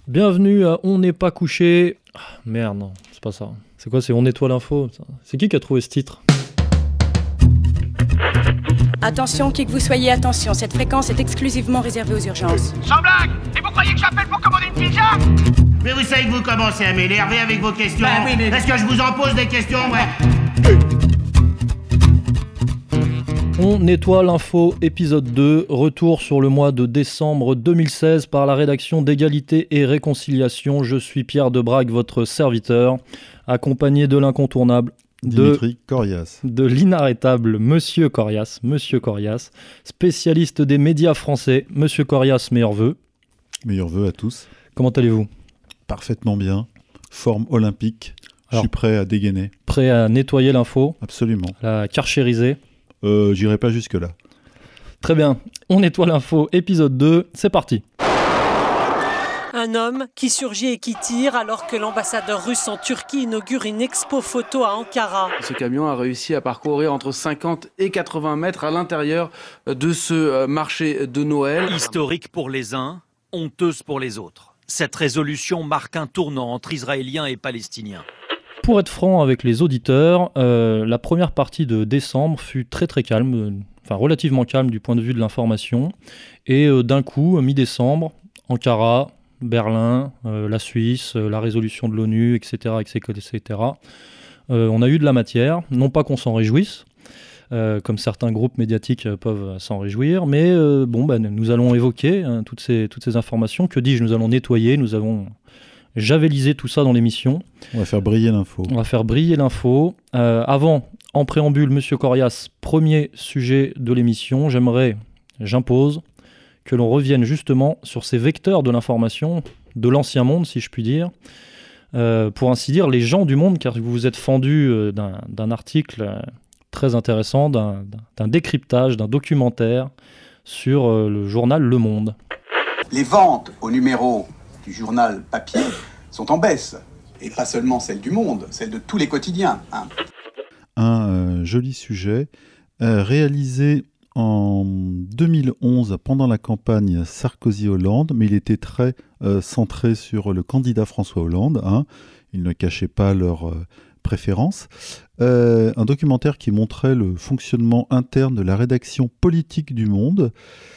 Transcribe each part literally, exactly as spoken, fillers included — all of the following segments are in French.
Bienvenue à On n'est pas couché. Ah, merde, non, c'est pas ça. C'est quoi, c'est On nettoie l'info? C'est qui qui a trouvé ce titre? Attention, qui que vous soyez, attention, cette fréquence est exclusivement réservée aux urgences. Sans blague! Et vous croyez que j'appelle pour commander une pizza? Mais vous savez que vous commencez à m'énerver avec vos questions. Bah oui, mais... Est-ce que je vous en pose des questions, ouais? On nettoie l'info, épisode deux, retour sur le mois de décembre deux mille seize par la rédaction d'Égalité et Réconciliation. Je suis Pierre Debrague, votre serviteur, accompagné de l'incontournable Dimitri de, Corias. de l'inarrêtable Monsieur Corias, Monsieur Corias, spécialiste des médias français. Monsieur Corias, meilleurs vœux. Meilleurs vœux à tous. Comment allez-vous? Parfaitement bien. Forme olympique. Alors, je suis prêt à dégainer. Prêt à nettoyer l'info? Absolument. La karchériser? euh, J'irai pas jusque-là. Très bien. On nettoie l'info, épisode deux. C'est parti. Un homme qui surgit et qui tire alors que l'ambassadeur russe en Turquie inaugure une expo photo à Ankara. Ce camion a réussi à parcourir entre cinquante et quatre-vingts mètres à l'intérieur de ce marché de Noël. Historique pour les uns, honteuse pour les autres. Cette résolution marque un tournant entre Israéliens et Palestiniens. Pour être franc avec les auditeurs, euh, la première partie de décembre fut très très calme, euh, enfin relativement calme du point de vue de l'information. Et euh, d'un coup, mi-décembre, Ankara, Berlin, euh, la Suisse, euh, la résolution de l'ONU, et cetera, et cetera. Euh, on a eu de la matière, non pas qu'on s'en réjouisse, euh, comme certains groupes médiatiques euh, peuvent s'en réjouir, mais euh, bon, bah, nous allons évoquer hein, toutes ces, toutes ces informations. Que dis-je, nous allons nettoyer, nous avons javelisé tout ça dans l'émission. On va faire briller l'info. On va faire briller l'info. Euh, avant, en préambule, Monsieur Corias, premier sujet de l'émission, j'aimerais, j'impose, que l'on revienne justement sur ces vecteurs de l'information, de l'ancien monde, si je puis dire, euh, pour ainsi dire, les gens du monde, car vous vous êtes fendu euh, d'un, d'un article euh, très intéressant, d'un, d'un décryptage, d'un documentaire sur euh, le journal Le Monde. Les ventes au numéro du journal papier sont en baisse, et pas seulement celles du Monde, celles de tous les quotidiens. Hein. Un euh, joli sujet, euh, réalisé en deux mille onze, pendant la campagne Sarkozy-Hollande, mais il était très euh, centré sur le candidat François Hollande. Hein. Ils ne cachaient pas leur euh, préférence. Euh, un documentaire qui montrait le fonctionnement interne de la rédaction politique du Monde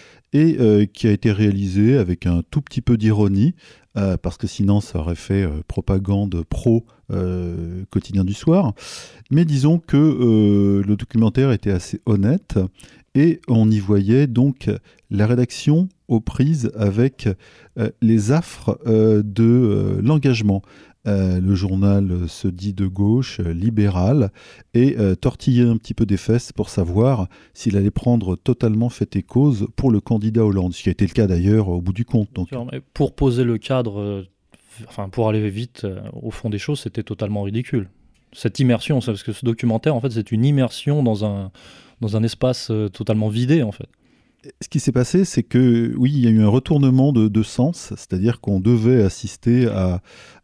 et euh, qui a été réalisé avec un tout petit peu d'ironie, euh, parce que sinon ça aurait fait euh, propagande pro euh, quotidien du soir. Mais disons que euh, le documentaire était assez honnête. Et on y voyait donc la rédaction aux prises avec euh, les affres euh, de euh, l'engagement. Euh, le journal se dit de gauche, euh, libéral, et euh, tortillait un petit peu des fesses pour savoir s'il allait prendre totalement fait et cause pour le candidat Hollande, ce qui a été le cas d'ailleurs au bout du compte. Donc. Pour poser le cadre, euh, enfin pour aller vite euh, au fond des choses, c'était totalement ridicule. Cette immersion, parce que ce documentaire, en fait, c'est une immersion dans un... dans un espace euh, totalement vidé, en fait. Ce qui s'est passé, c'est que, oui, il y a eu un retournement de, de sens, c'est-à-dire qu'on devait assister à,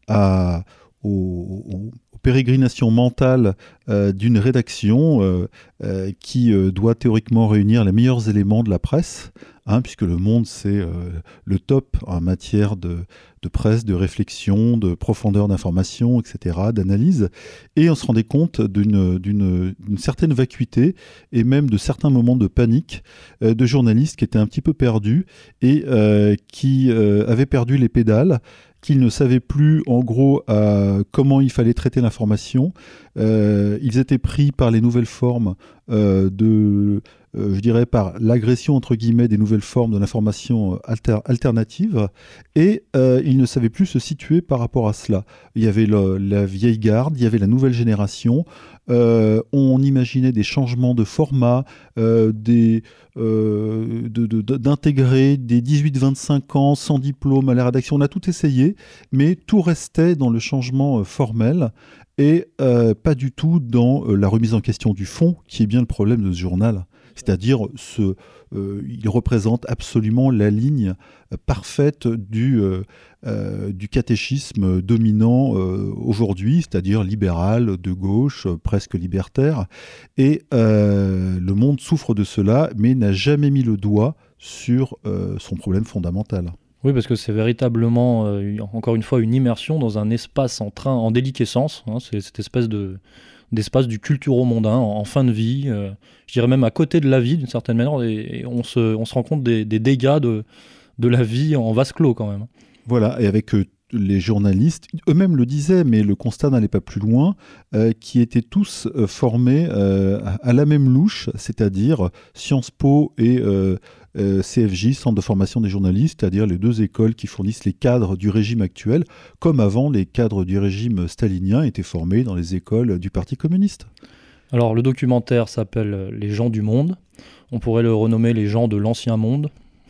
à, aux, aux pérégrinations mentales euh, d'une rédaction euh, euh, qui euh, doit théoriquement réunir les meilleurs éléments de la presse, hein, puisque le Monde, c'est euh, le top en matière de, de presse, de réflexion, de profondeur d'information, et cetera, d'analyse. Et on se rendait compte d'une, d'une, d'une certaine vacuité et même de certains moments de panique euh, de journalistes qui étaient un petit peu perdus et euh, qui euh, avaient perdu les pédales, qu'ils ne savaient plus en gros euh, comment il fallait traiter l'information. Euh, ils étaient pris par les nouvelles formes euh, de... Euh, je dirais par l'agression entre guillemets des nouvelles formes de l'information alter- alternative et euh, ils ne savaient plus se situer par rapport à cela. Il y avait le, la vieille garde, il y avait la nouvelle génération, euh, on imaginait des changements de format, euh, des, euh, de, de, de, d'intégrer des dix-huit vingt-cinq ans sans diplôme à la rédaction, on a tout essayé, mais tout restait dans le changement euh, formel et euh, pas du tout dans euh, la remise en question du fond, qui est bien le problème de ce journal. C'est-à-dire, ce, euh, il représente absolument la ligne euh, parfaite du, euh, euh, du catéchisme dominant euh, aujourd'hui, c'est-à-dire libéral, de gauche, euh, presque libertaire. Et euh, le Monde souffre de cela, mais n'a jamais mis le doigt sur euh, son problème fondamental. Oui, parce que c'est véritablement, euh, encore une fois, une immersion dans un espace en train, en déliquescence. Hein, c'est cette espèce de, d'espace du culturo-mondain en, en fin de vie. Euh, je dirais même à côté de la vie, d'une certaine manière. Et, et on, se, on se rend compte des, des dégâts de, de la vie en vase clos, quand même. Voilà, et avec... Euh, les journalistes, eux-mêmes le disaient, mais le constat n'allait pas plus loin, euh, qui étaient tous euh, formés euh, à, à la même louche, c'est-à-dire Sciences Po et euh, euh, C F J, Centre de formation des journalistes, c'est-à-dire les deux écoles qui fournissent les cadres du régime actuel, comme avant les cadres du régime stalinien étaient formés dans les écoles du Parti communiste. Alors le documentaire s'appelle « Les gens du monde ». On pourrait le renommer « Les gens de l'ancien monde ».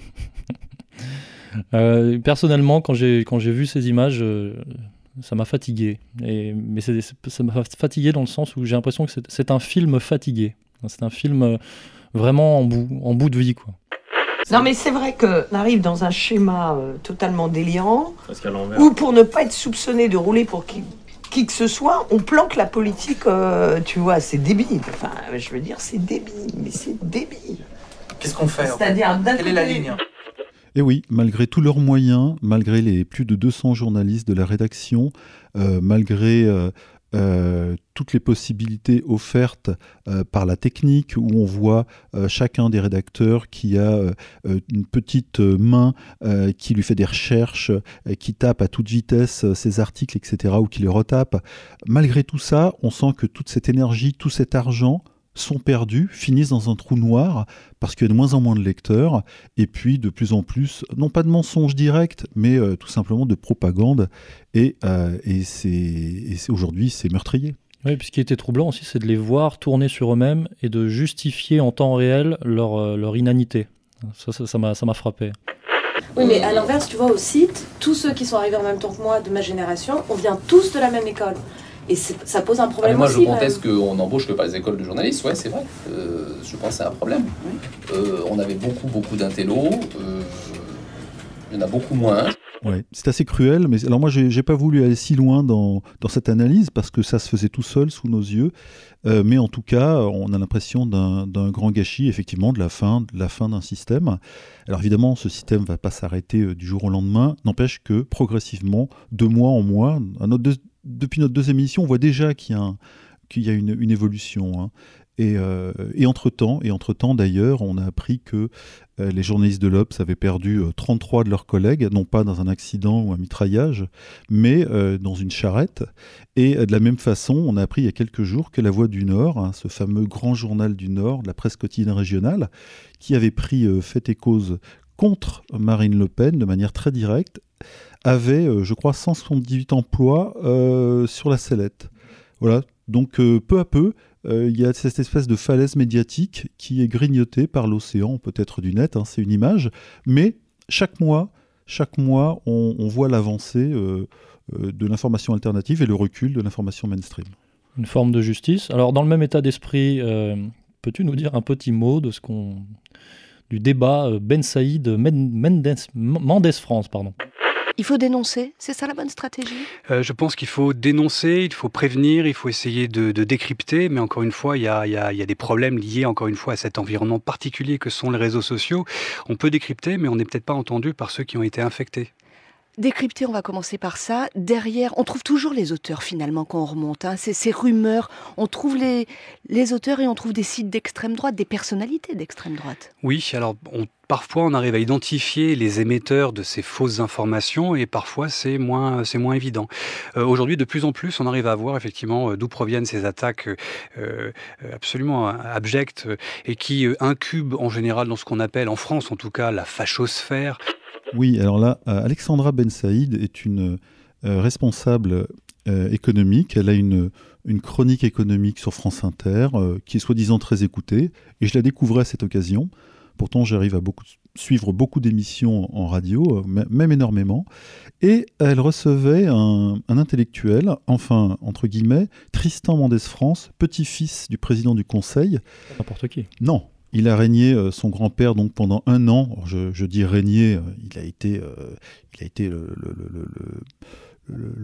Euh, personnellement, quand j'ai, quand j'ai vu ces images, euh, ça m'a fatigué. Et, mais c'est, ça m'a fatigué dans le sens où j'ai l'impression que c'est, c'est un film fatigué. C'est un film euh, vraiment en bout, en bout de vie, quoi. Non, mais c'est vrai qu'on arrive dans un schéma euh, totalement délirant, où pour ne pas être soupçonné de rouler pour qui, qui que ce soit, on planque la politique, euh, tu vois, c'est débile. Enfin, je veux dire, c'est débile, mais c'est débile. Qu'est-ce qu'on fait? C'est-à-dire, d'un Quelle est la ligne? Et oui, malgré tous leurs moyens, malgré les plus de deux cents journalistes de la rédaction, euh, malgré euh, euh, toutes les possibilités offertes euh, par la technique, où on voit euh, chacun des rédacteurs qui a euh, une petite main euh, qui lui fait des recherches, euh, qui tape à toute vitesse euh, ses articles, et cetera, ou qui les retape. Malgré tout ça, on sent que toute cette énergie, tout cet argent sont perdus, finissent dans un trou noir parce qu'il y a de moins en moins de lecteurs et puis de plus en plus, non pas de mensonges directs, mais euh, tout simplement de propagande et, euh, et, c'est, et c'est, aujourd'hui c'est meurtrier. Oui, puis ce qui était troublant aussi, c'est de les voir tourner sur eux-mêmes et de justifier en temps réel leur, euh, leur inanité. Ça, ça, ça, m'a, ça m'a frappé. Oui, mais à l'inverse, tu vois, au site, tous ceux qui sont arrivés en même temps que moi, de ma génération, on vient tous de la même école. Et ça pose un problème ah, moi, aussi. Moi, je conteste qu'on n'embauche que par les écoles de journalistes. Ouais, c'est vrai. Euh, je pense que c'est un problème. Oui. Euh, on avait beaucoup, beaucoup d'intellos. Euh, il y en a beaucoup moins. Ouais, c'est assez cruel. Mais alors moi, j'ai, j'ai pas voulu aller si loin dans, dans cette analyse parce que ça se faisait tout seul sous nos yeux. Euh, mais en tout cas, on a l'impression d'un, d'un grand gâchis, effectivement, de la fin, de la fin d'un système. Alors évidemment, ce système ne va pas s'arrêter euh, du jour au lendemain. N'empêche que progressivement, de mois en mois, à notre deux, depuis notre deuxième émission, on voit déjà qu'il y a, un, qu'il y a une, une évolution. Hein. Et, euh, et entre-temps, et entre-temps d'ailleurs, on a appris que euh, les journalistes de l'Obs avaient perdu euh, trente-trois de leurs collègues, non pas dans un accident ou un mitraillage, mais euh, dans une charrette. Et euh, de la même façon, on a appris il y a quelques jours que La Voix du Nord, hein, ce fameux grand journal du Nord, de la presse quotidienne régionale, qui avait pris euh, fait et cause contre Marine Le Pen de manière très directe, avait, euh, je crois, cent soixante-dix-huit emplois euh, sur la sellette. Voilà. Donc, euh, peu à peu, euh, il y a cette espèce de falaise médiatique qui est grignotée par l'océan, peut-être du net, hein, c'est une image. Mais chaque mois, chaque mois, on, on voit l'avancée euh, euh, de l'information alternative et le recul de l'information mainstream. Une forme de justice. Alors, dans le même état d'esprit, euh, peux-tu nous dire un petit mot de ce qu'on... du débat Ben Saïd Mendes, Mendes France, pardon. Il faut dénoncer, c'est ça la bonne stratégie ? euh, Je pense qu'il faut dénoncer, il faut prévenir, il faut essayer de, de décrypter, mais encore une fois, il y a, il y a, il y a des problèmes liés encore une fois à cet environnement particulier que sont les réseaux sociaux. On peut décrypter, mais on n'est peut-être pas entendu par ceux qui ont été infectés. Décrypter, on va commencer par ça. Derrière, on trouve toujours les auteurs finalement quand on remonte. Hein. C'est ces rumeurs. On trouve les, les auteurs et on trouve des sites d'extrême droite, des personnalités d'extrême droite. Oui, alors on, parfois on arrive à identifier les émetteurs de ces fausses informations et parfois c'est moins, c'est moins évident. Euh, aujourd'hui, de plus en plus, on arrive à voir effectivement euh, d'où proviennent ces attaques euh, absolument abjectes euh, et qui euh, incubent en général dans ce qu'on appelle, en France en tout cas, la fachosphère. Oui, alors là, Alexandra Ben Saïd est une euh, responsable euh, économique. Elle a une, une chronique économique sur France Inter euh, qui est soi-disant très écoutée. Et je la découvrais à cette occasion. Pourtant, j'arrive à beaucoup, suivre beaucoup d'émissions en radio, euh, même énormément. Et elle recevait un, un intellectuel, enfin, entre guillemets, Tristan Mendes France, petit-fils du président du Conseil. N'importe qui. Non. Il a régné euh, son grand-père donc pendant un an. Alors, je, je dis régné, euh, il a été, euh, il a été le, le, le, le, le, le,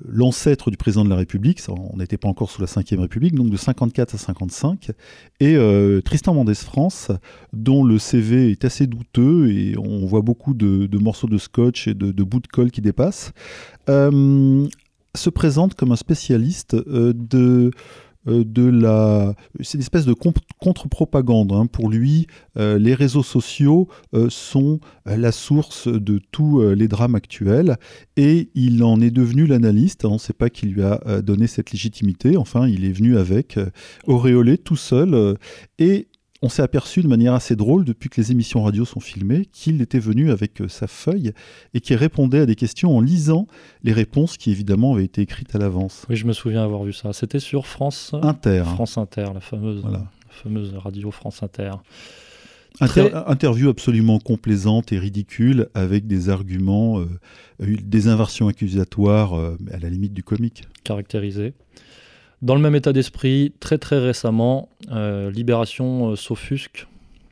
l'ancêtre du président de la République, ça, on n'était pas encore sous la cinquième République, donc de cinquante-quatre à cinquante-cinq, et euh, Tristan Mendès France, dont le C V est assez douteux, et on voit beaucoup de, de morceaux de scotch et de, de bouts de colle qui dépassent, euh, se présente comme un spécialiste euh, de... de la... C'est une espèce de contre-propagande. Hein. Pour lui, euh, les réseaux sociaux euh, sont la source de tous euh, les drames actuels et il en est devenu l'analyste. On ne sait pas qui lui a euh, donné cette légitimité. Enfin, il est venu avec, euh, auréolé, tout seul. Euh, et on s'est aperçu de manière assez drôle, depuis que les émissions radio sont filmées, qu'il était venu avec euh, sa feuille et qu'il répondait à des questions en lisant les réponses qui, évidemment, avaient été écrites à l'avance. Oui, je me souviens avoir vu ça. C'était sur France Inter. France Inter, la fameuse, voilà. la fameuse radio France Inter. Inter- Très... Interview absolument complaisante et ridicule, avec des arguments, euh, des inversions accusatoires, euh, à la limite du comique. Caractérisé. Dans le même état d'esprit, très très récemment, euh, Libération euh, s'offusque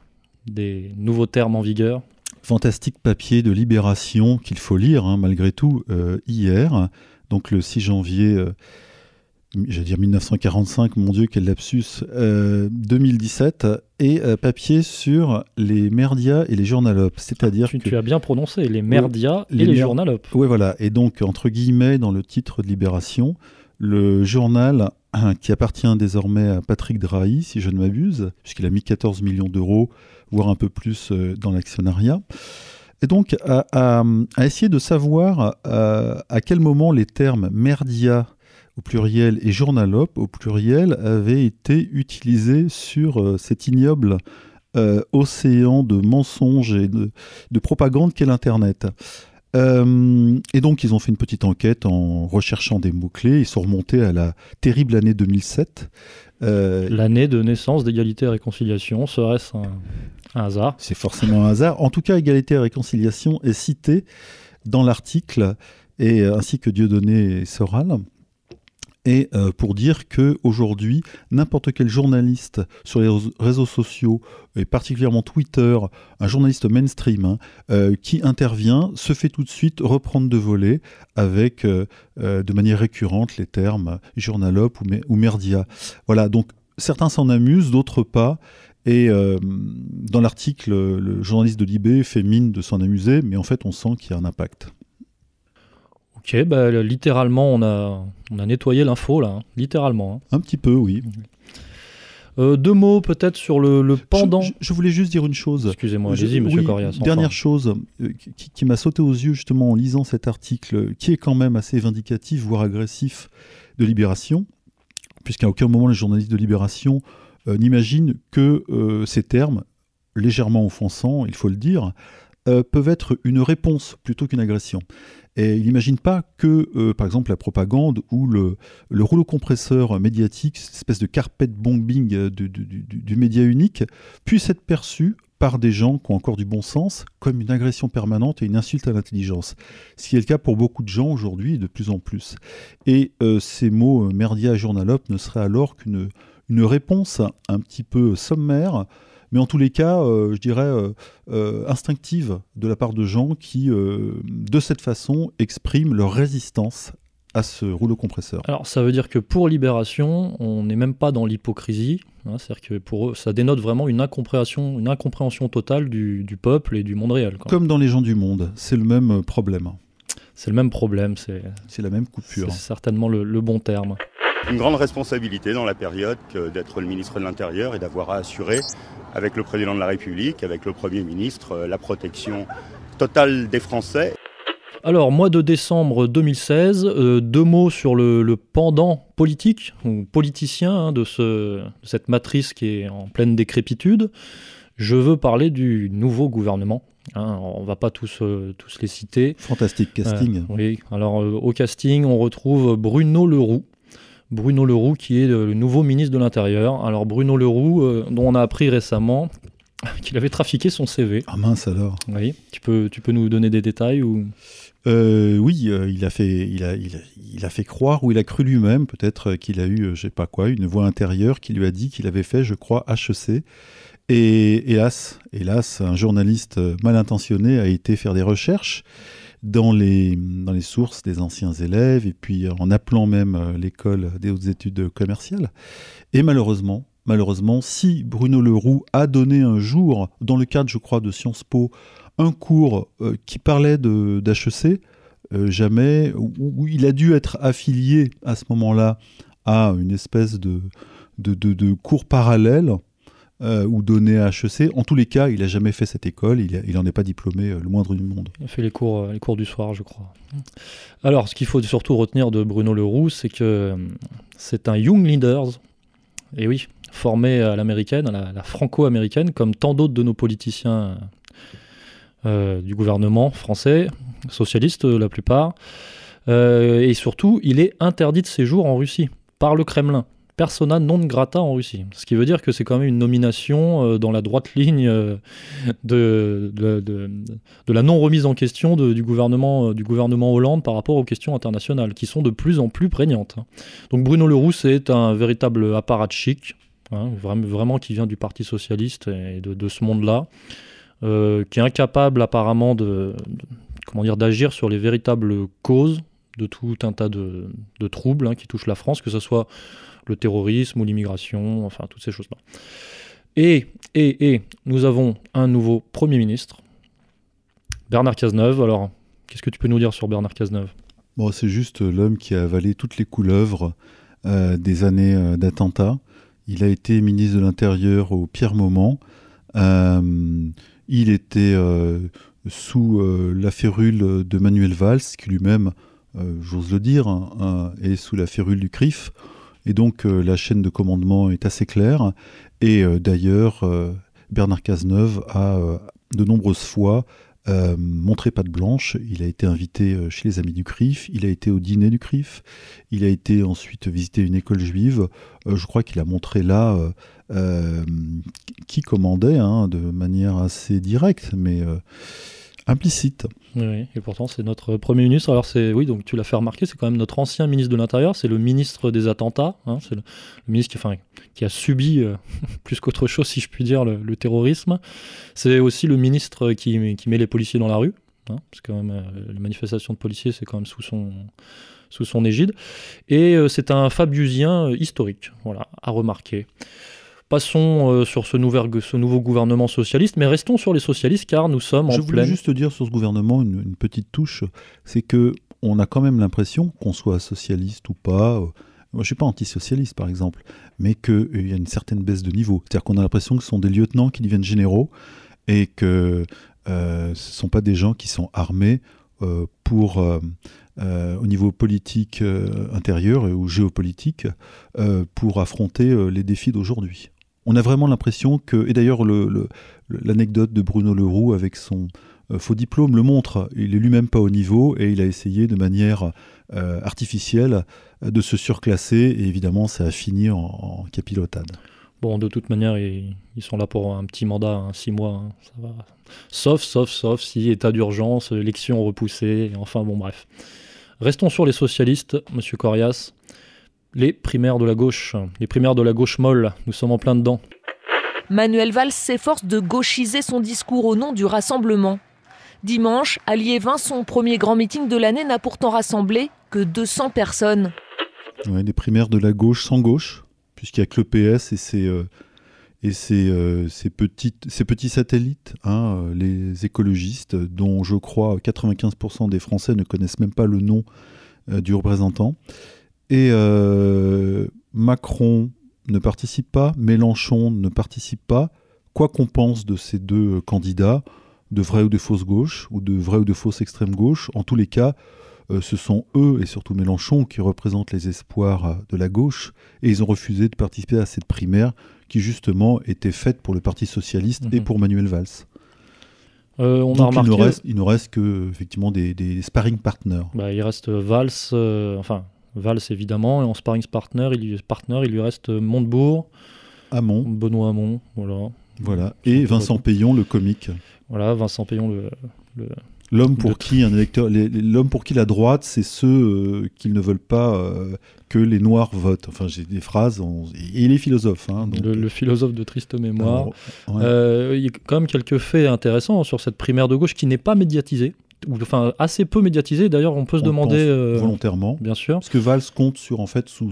des nouveaux termes en vigueur. Fantastique papier de Libération qu'il faut lire, hein, malgré tout, euh, hier, donc le six janvier, euh, j'allais dire mille neuf cent quarante-cinq, mon Dieu, quel lapsus, euh, deux mille dix-sept, et euh, papier sur les merdias et les journalopes, c'est-à-dire tu, que... Tu as bien prononcé, les merdias les et les mer... journalopes. Oui, voilà, et donc, entre guillemets, dans le titre de Libération, le journal qui appartient désormais à Patrick Drahi, si je ne m'abuse, puisqu'il a mis quatorze millions d'euros, voire un peu plus dans l'actionnariat. Et donc, à, à, à essayer de savoir à, à quel moment les termes merdia au pluriel et journalope au pluriel avaient été utilisés sur euh, cet ignoble euh, océan de mensonges et de, de propagande qu'est l'Internet. Euh, et donc, ils ont fait une petite enquête en recherchant des mots-clés. Ils sont remontés à la terrible année deux mille sept. Euh, L'année de naissance d'Égalité et Réconciliation, serait-ce un, un hasard ? C'est forcément un hasard. En tout cas, Égalité et Réconciliation est citée dans l'article, et, ainsi que Dieudonné et Soral. Et euh, pour dire qu'aujourd'hui, n'importe quel journaliste sur les réseaux sociaux, et particulièrement Twitter, un journaliste mainstream, hein, euh, qui intervient, se fait tout de suite reprendre de volée avec, euh, euh, de manière récurrente, les termes journalope ou, me- ou merdia. Voilà, donc certains s'en amusent, d'autres pas. Et euh, dans l'article, le journaliste de Libé fait mine de s'en amuser, mais en fait, on sent qu'il y a un impact. Ok, bah, littéralement, on a, on a nettoyé l'info, là, hein, littéralement. Hein. Un petit peu, oui. Euh, deux mots peut-être sur le, le pendant. Je, je voulais juste dire une chose. Excusez-moi, allez-y, monsieur oui, Corias. Dernière enfin. chose euh, qui, qui m'a sauté aux yeux justement en lisant cet article, qui est quand même assez vindicatif, voire agressif, de Libération, puisqu'à aucun moment les journalistes de Libération euh, n'imaginent que euh, ces termes, légèrement offensants, il faut le dire, euh, peuvent être une réponse plutôt qu'une agression. Et ils n'imaginent pas que, euh, par exemple, la propagande ou le, le rouleau compresseur médiatique, cette espèce de carpet bombing du, du, du, du média unique, puisse être perçu par des gens qui ont encore du bon sens comme une agression permanente et une insulte à l'intelligence. Ce qui est le cas pour beaucoup de gens aujourd'hui et de plus en plus. Et euh, ces mots euh, merdia et journalope ne seraient alors qu'une une réponse un petit peu sommaire, mais en tous les cas, euh, je dirais, euh, euh, instinctive de la part de gens qui, euh, de cette façon, expriment leur résistance à ce rouleau compresseur. Alors, ça veut dire que pour Libération, on n'est même pas dans l'hypocrisie. Hein, c'est-à-dire que pour eux, ça dénote vraiment une incompréhension, une incompréhension totale du, du peuple et du monde réel. Quoi. Comme dans Les gens du monde, c'est le même problème. C'est le même problème, c'est, c'est la même coupure. C'est certainement le, le bon terme. Une grande responsabilité dans la période que d'être le ministre de l'Intérieur et d'avoir à assurer, avec le président de la République, avec le Premier ministre, la protection totale des Français. Alors, mois de décembre deux mille seize, euh, deux mots sur le, le pendant politique, ou politicien, hein, de, ce, de cette matrice qui est en pleine décrépitude. Je veux parler du nouveau gouvernement. Hein, on ne va pas tous, euh, tous les citer. Fantastique casting. Euh, oui, alors euh, au casting, on retrouve Bruno Le Roux. Bruno Le Roux qui est le nouveau ministre de l'Intérieur. Alors Bruno Le Roux, euh, dont on a appris récemment qu'il avait trafiqué son C V. Ah mince alors. Oui, tu peux, tu peux nous donner des détails ou... euh, Oui, euh, il, a fait, il, a, il, a, il a fait croire, ou il a cru lui-même, peut-être qu'il a eu, euh, je sais pas quoi, une voix intérieure qui lui a dit qu'il avait fait, je crois, H E C. Et hélas, hélas, un journaliste mal intentionné a été faire des recherches. dans les, dans les sources des anciens élèves, et puis en appelant même euh, l'école des hautes études commerciales. Et malheureusement, malheureusement, si Bruno Le Roux a donné un jour, dans le cadre, je crois, de Sciences Po, un cours euh, qui parlait de, d'H E C, euh, jamais, où, où il a dû être affilié à ce moment-là à une espèce de, de, de, de cours parallèle, Euh, ou donné à H E C. En tous les cas, il n'a jamais fait cette école, il n'en est pas diplômé euh, le moindre du monde. Il a fait les cours, euh, les cours du soir, je crois. Alors, ce qu'il faut surtout retenir de Bruno Le Roux, c'est que euh, c'est un Young Leaders, et oui, formé à l'américaine, à la, la franco-américaine, comme tant d'autres de nos politiciens euh, du gouvernement français, socialistes euh, la plupart. Euh, et surtout, il est interdit de séjour en Russie, par le Kremlin. Persona non grata en Russie. Ce qui veut dire que c'est quand même une nomination euh, dans la droite ligne euh, de, de, de, de la non-remise en question de, du, gouvernement, euh, du gouvernement Hollande par rapport aux questions internationales, qui sont de plus en plus prégnantes. Donc Bruno Le Roux, c'est un véritable apparatchik, hein, vraiment, vraiment qui vient du Parti Socialiste et de, de ce monde-là, euh, qui est incapable apparemment de, de, comment dire, d'agir sur les véritables causes de tout un tas de, de troubles hein, qui touchent la France, que ce soit le terrorisme ou l'immigration, enfin toutes ces choses-là. Et, et, et nous avons un nouveau Premier ministre, Bernard Cazeneuve. Alors, qu'est-ce que tu peux nous dire sur Bernard Cazeneuve ? Bon, c'est juste l'homme qui a avalé toutes les couleuvres euh, des années euh, d'attentats. Il a été ministre de l'Intérieur au pire moment. Euh, il était euh, sous euh, la férule de Manuel Valls, qui lui-même, euh, j'ose le dire, hein, est sous la férule du C R I F. Et donc, euh, la chaîne de commandement est assez claire. Et euh, d'ailleurs, euh, Bernard Cazeneuve a euh, de nombreuses fois euh, montré patte blanche. Il a été invité euh, chez les amis du C R I F. Il a été au dîner du C R I F. Il a été ensuite visiter une école juive. Euh, je crois qu'il a montré là euh, euh, qui commandait hein, de manière assez directe, mais euh, implicite. Oui, et pourtant c'est notre Premier ministre. Alors c'est, oui, donc tu l'as fait remarquer, c'est quand même notre ancien ministre de l'Intérieur, c'est le ministre des attentats, hein, c'est le, le ministre qui, enfin, qui a subi euh, plus qu'autre chose, si je puis dire, le, le terrorisme. C'est aussi le ministre qui, qui met les policiers dans la rue, hein, parce que quand même, euh, les manifestations de policiers, c'est quand même sous son, sous son égide. Et euh, c'est un Fabiusien euh, historique, voilà, à remarquer. Passons euh, sur ce, nouvel, ce nouveau gouvernement socialiste, mais restons sur les socialistes car nous sommes en pleine... Je voulais juste dire sur ce gouvernement une, une petite touche, c'est qu'on a quand même l'impression, qu'on soit socialiste ou pas, euh, moi je ne suis pas antisocialiste par exemple, mais qu'il euh, y a une certaine baisse de niveau. C'est-à-dire qu'on a l'impression que ce sont des lieutenants qui deviennent généraux et que euh, ce ne sont pas des gens qui sont armés euh, pour... Euh, Euh, au niveau politique euh, intérieur ou géopolitique euh, pour affronter euh, les défis d'aujourd'hui. On a vraiment l'impression que, et d'ailleurs le, le, l'anecdote de Bruno Le Roux avec son euh, faux diplôme le montre, il est lui-même pas au niveau et il a essayé de manière euh, artificielle euh, de se surclasser et évidemment ça a fini en, en capilotade. Bon, de toute manière, ils, ils sont là pour un petit mandat, hein, six mois, hein, ça va. Sauf, sauf, sauf si état d'urgence, élection repoussée, enfin bon bref. Restons sur les socialistes, Monsieur Corias. Les primaires de la gauche, les primaires de la gauche molle, nous sommes en plein dedans. Manuel Valls s'efforce de gauchiser son discours au nom du rassemblement. Dimanche, à Liévin, son premier grand meeting de l'année n'a pourtant rassemblé que deux cents personnes. Ouais, les primaires de la gauche sans gauche, puisqu'il n'y a que le P S et ses, euh, et ses, euh, ses, petites, ses petits satellites, hein, les écologistes, dont je crois quatre-vingt-quinze pour cent des Français ne connaissent même pas le nom euh, du représentant. Et euh, Macron ne participe pas, Mélenchon ne participe pas, quoi qu'on pense de ces deux candidats, de vraie ou de fausse gauche, ou de vraie ou de fausse extrême gauche, en tous les cas, euh, ce sont eux, et surtout Mélenchon, qui représentent les espoirs de la gauche, et ils ont refusé de participer à cette primaire qui justement était faite pour le Parti Socialiste mmh. et pour Manuel Valls. Euh, on Donc a remarqué... il ne reste, il ne reste que effectivement des, des sparring partners. Bah, il reste Valls, euh, enfin Valls évidemment, et en sparring partner, il, partner, il lui reste Montebourg, Hamon, Benoît Hamon, voilà. Voilà, et Vincent Payon, le comique. Voilà, Vincent Payon, le... le... L'homme pour, qui un électeur, les, les, l'homme pour qui la droite, c'est ceux euh, qui ne veulent pas euh, que les Noirs votent. Enfin, j'ai des phrases. On... Et il est philosophe. Hein, donc... le, le philosophe de triste mémoire. Alors, ouais. euh, il y a quand même quelques faits intéressants sur cette primaire de gauche qui n'est pas médiatisée, ou enfin assez peu médiatisé. D'ailleurs, on peut se on demander euh, volontairement, bien sûr, parce que Valls compte sur en fait sous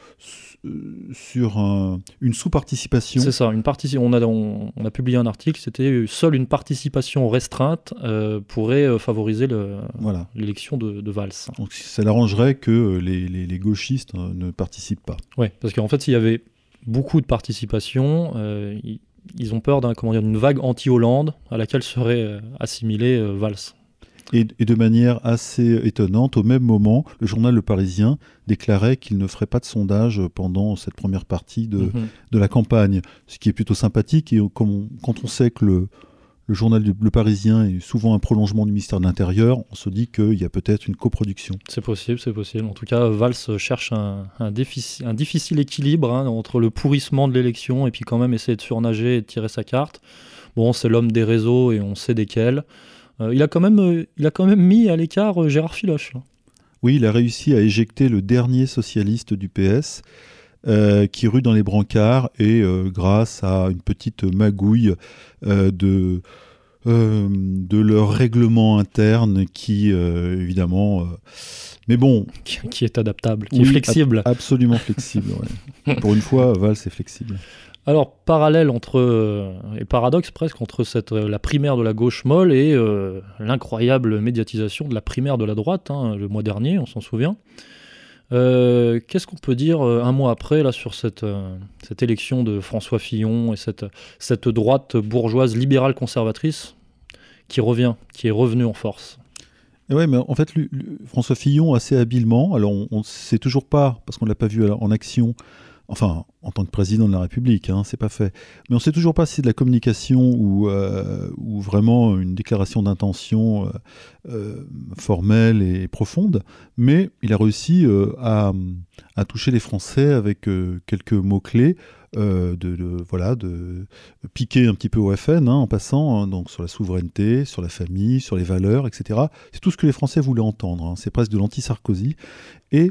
sur un, une sous-participation. C'est ça, une partici- on, a, on, on a publié un article, c'était seule une participation restreinte euh, pourrait euh, favoriser le, voilà. l'élection de, de Valls. Donc ça l'arrangerait que les, les, les gauchistes euh, ne participent pas. Oui, parce qu'en fait, s'il y avait beaucoup de participation, euh, ils, ils ont peur d'un, comment dire, d'une vague anti-Hollande à laquelle serait euh, assimilé euh, Valls. Et, et de manière assez étonnante, au même moment, le journal Le Parisien déclarait qu'il ne ferait pas de sondage pendant cette première partie de, mm-hmm. de la campagne, ce qui est plutôt sympathique. Et comme on, quand on sait que le, le journal Le Parisien est souvent un prolongement du ministère de l'Intérieur, on se dit qu'il y a peut-être une coproduction. C'est possible, c'est possible. En tout cas, Valls cherche un, un, défici- un difficile équilibre hein, entre le pourrissement de l'élection et puis quand même essayer de surnager et de tirer sa carte. Bon, c'est l'homme des réseaux et on sait desquels. Euh, il, a quand même, euh, il a quand même mis à l'écart euh, Gérard Filoche. Là. Oui, il a réussi à éjecter le dernier socialiste du P S euh, qui rue dans les brancards et euh, grâce à une petite magouille euh, de, euh, de leur règlement interne qui, euh, évidemment... Euh, mais bon... Qui, qui est adaptable, qui oui, est flexible. Ab- absolument flexible, ouais. Pour une fois, Valls est flexible. Alors, parallèle entre, euh, et paradoxe presque, entre cette, euh, la primaire de la gauche molle et euh, l'incroyable médiatisation de la primaire de la droite, hein, le mois dernier, on s'en souvient. Euh, qu'est-ce qu'on peut dire euh, un mois après là, sur cette, euh, cette élection de François Fillon et cette, cette droite bourgeoise libérale conservatrice qui revient, qui est revenue en force? Oui, mais en fait, lui, lui, François Fillon, assez habilement, alors on ne sait toujours pas, parce qu'on ne l'a pas vu en action, enfin, en tant que président de la République, hein, c'est pas fait. Mais on ne sait toujours pas si c'est de la communication ou, euh, ou vraiment une déclaration d'intention euh, euh, formelle et profonde. Mais il a réussi euh, à, à toucher les Français avec euh, quelques mots-clés, euh, de, de, voilà, de piquer un petit peu au F N, hein, en passant, hein, donc sur la souveraineté, sur la famille, sur les valeurs, et cetera. C'est tout ce que les Français voulaient entendre. Hein. C'est presque de l'anti-Sarkozy. Et...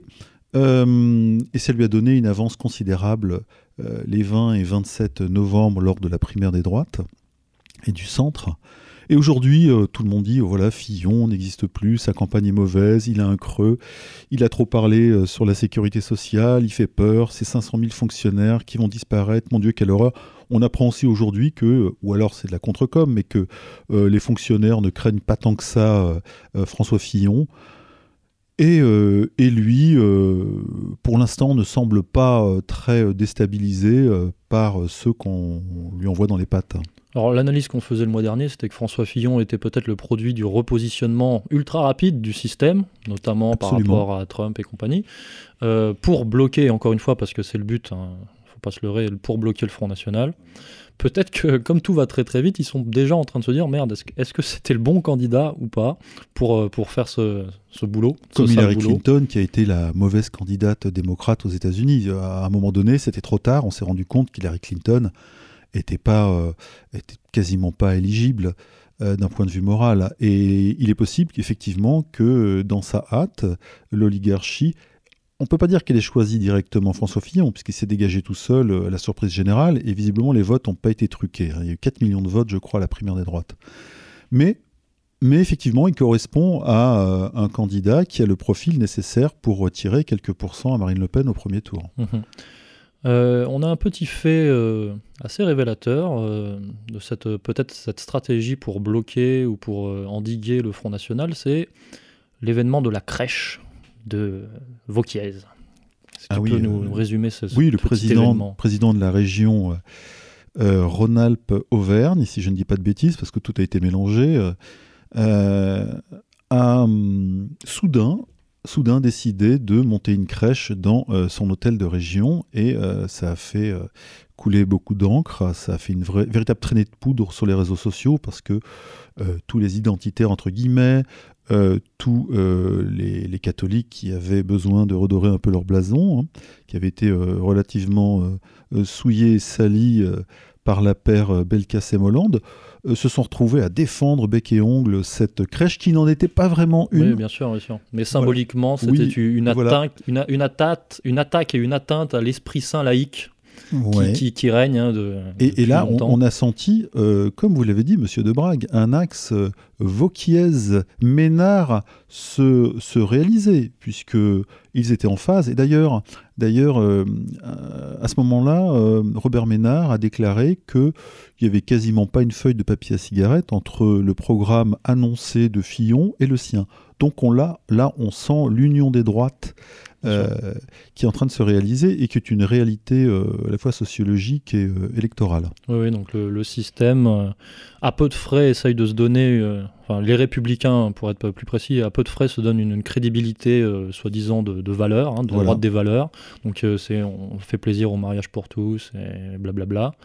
Euh, et ça lui a donné une avance considérable euh, les vingt et vingt-sept novembre lors de la primaire des droites et du centre. Et aujourd'hui, euh, tout le monde dit, oh, voilà, Fillon n'existe plus, sa campagne est mauvaise, il a un creux, il a trop parlé euh, sur la sécurité sociale, il fait peur, ces cinq cent mille fonctionnaires qui vont disparaître, mon Dieu, quelle horreur. On apprend aussi aujourd'hui que, ou alors c'est de la contre-com, mais que euh, les fonctionnaires ne craignent pas tant que ça euh, euh, François Fillon. Et, euh, et lui, euh, pour l'instant, ne semble pas euh, très déstabilisé euh, par euh, ceux qu'on lui envoie dans les pattes. Alors l'analyse qu'on faisait le mois dernier, c'était que François Fillon était peut-être le produit du repositionnement ultra rapide du système, notamment Absolument. par rapport à Trump et compagnie, euh, pour bloquer, encore une fois, parce que c'est le but, hein, faut pas se leurrer, pour bloquer le Front National. Peut-être que, comme tout va très très vite, ils sont déjà en train de se dire, merde, est-ce que, est-ce que c'était le bon candidat ou pas pour, pour faire ce, ce boulot Comme ce Hillary boulot. Clinton, qui a été la mauvaise candidate démocrate aux États-Unis. À un moment donné, c'était trop tard, on s'est rendu compte qu'Hillary Clinton était, pas, euh, était quasiment pas éligible euh, d'un point de vue moral. Et il est possible qu'effectivement, que dans sa hâte, l'oligarchie... On ne peut pas dire qu'elle ait choisi directement François Fillon, puisqu'il s'est dégagé tout seul à la surprise générale, et visiblement les votes n'ont pas été truqués. Il y a eu quatre millions de votes, je crois, à la primaire des droites. Mais, mais effectivement, il correspond à euh, un candidat qui a le profil nécessaire pour retirer quelques pourcents à Marine Le Pen au premier tour. Mmh. Euh, on a un petit fait euh, assez révélateur euh, de cette, peut-être cette stratégie pour bloquer ou pour euh, endiguer le Front National, c'est l'événement de la crèche de Vauquiez. Est-ce que ah tu oui, peux euh, nous résumer ce, ce Oui, le petit président, événement. président de la région euh, euh, Rhône-Alpes-Auvergne, si je ne dis pas de bêtises, parce que tout a été mélangé, euh, euh, a hum, soudain, soudain décidé de monter une crèche dans euh, son hôtel de région, et euh, ça a fait euh, couler beaucoup d'encre, ça a fait une vraie, véritable traînée de poudre sur les réseaux sociaux, parce que euh, tous les identitaires, entre guillemets, Euh, tous euh, les, les catholiques qui avaient besoin de redorer un peu leur blason, hein, qui avaient été euh, relativement euh, euh, souillés et salis euh, par la paire euh, Belkacem-Hollande, euh, se sont retrouvés à défendre bec et ongle cette crèche qui n'en était pas vraiment une. Oui, bien sûr, bien sûr. Mais symboliquement, voilà. c'était oui, une, voilà. attaque, une, une, attaque, une attaque et une atteinte à l'Esprit Saint laïque Ouais. qui, qui, qui règne. Hein, de, et, et là, on, on a senti, euh, comme vous l'avez dit, Monsieur de Brague, un axe euh, Vauquiez-Ménard se, se réaliser, puisqu'ils étaient en phase. Et d'ailleurs, d'ailleurs euh, à ce moment-là, euh, Robert Ménard a déclaré qu'il n'y avait quasiment pas une feuille de papier à cigarette entre le programme annoncé de Fillon et le sien. Donc on l'a, là, on sent l'union des droites euh, qui est en train de se réaliser et qui est une réalité euh, à la fois sociologique et euh, électorale. Oui, oui, donc le, le système, euh, à peu de frais, essaye de se donner, euh, enfin les Républicains, pour être plus précis, à peu de frais se donnent une, une crédibilité, euh, soi-disant, de, de valeur, hein, de voilà. droite des valeurs. Donc euh, c'est, on fait plaisir au mariage pour tous et blablabla.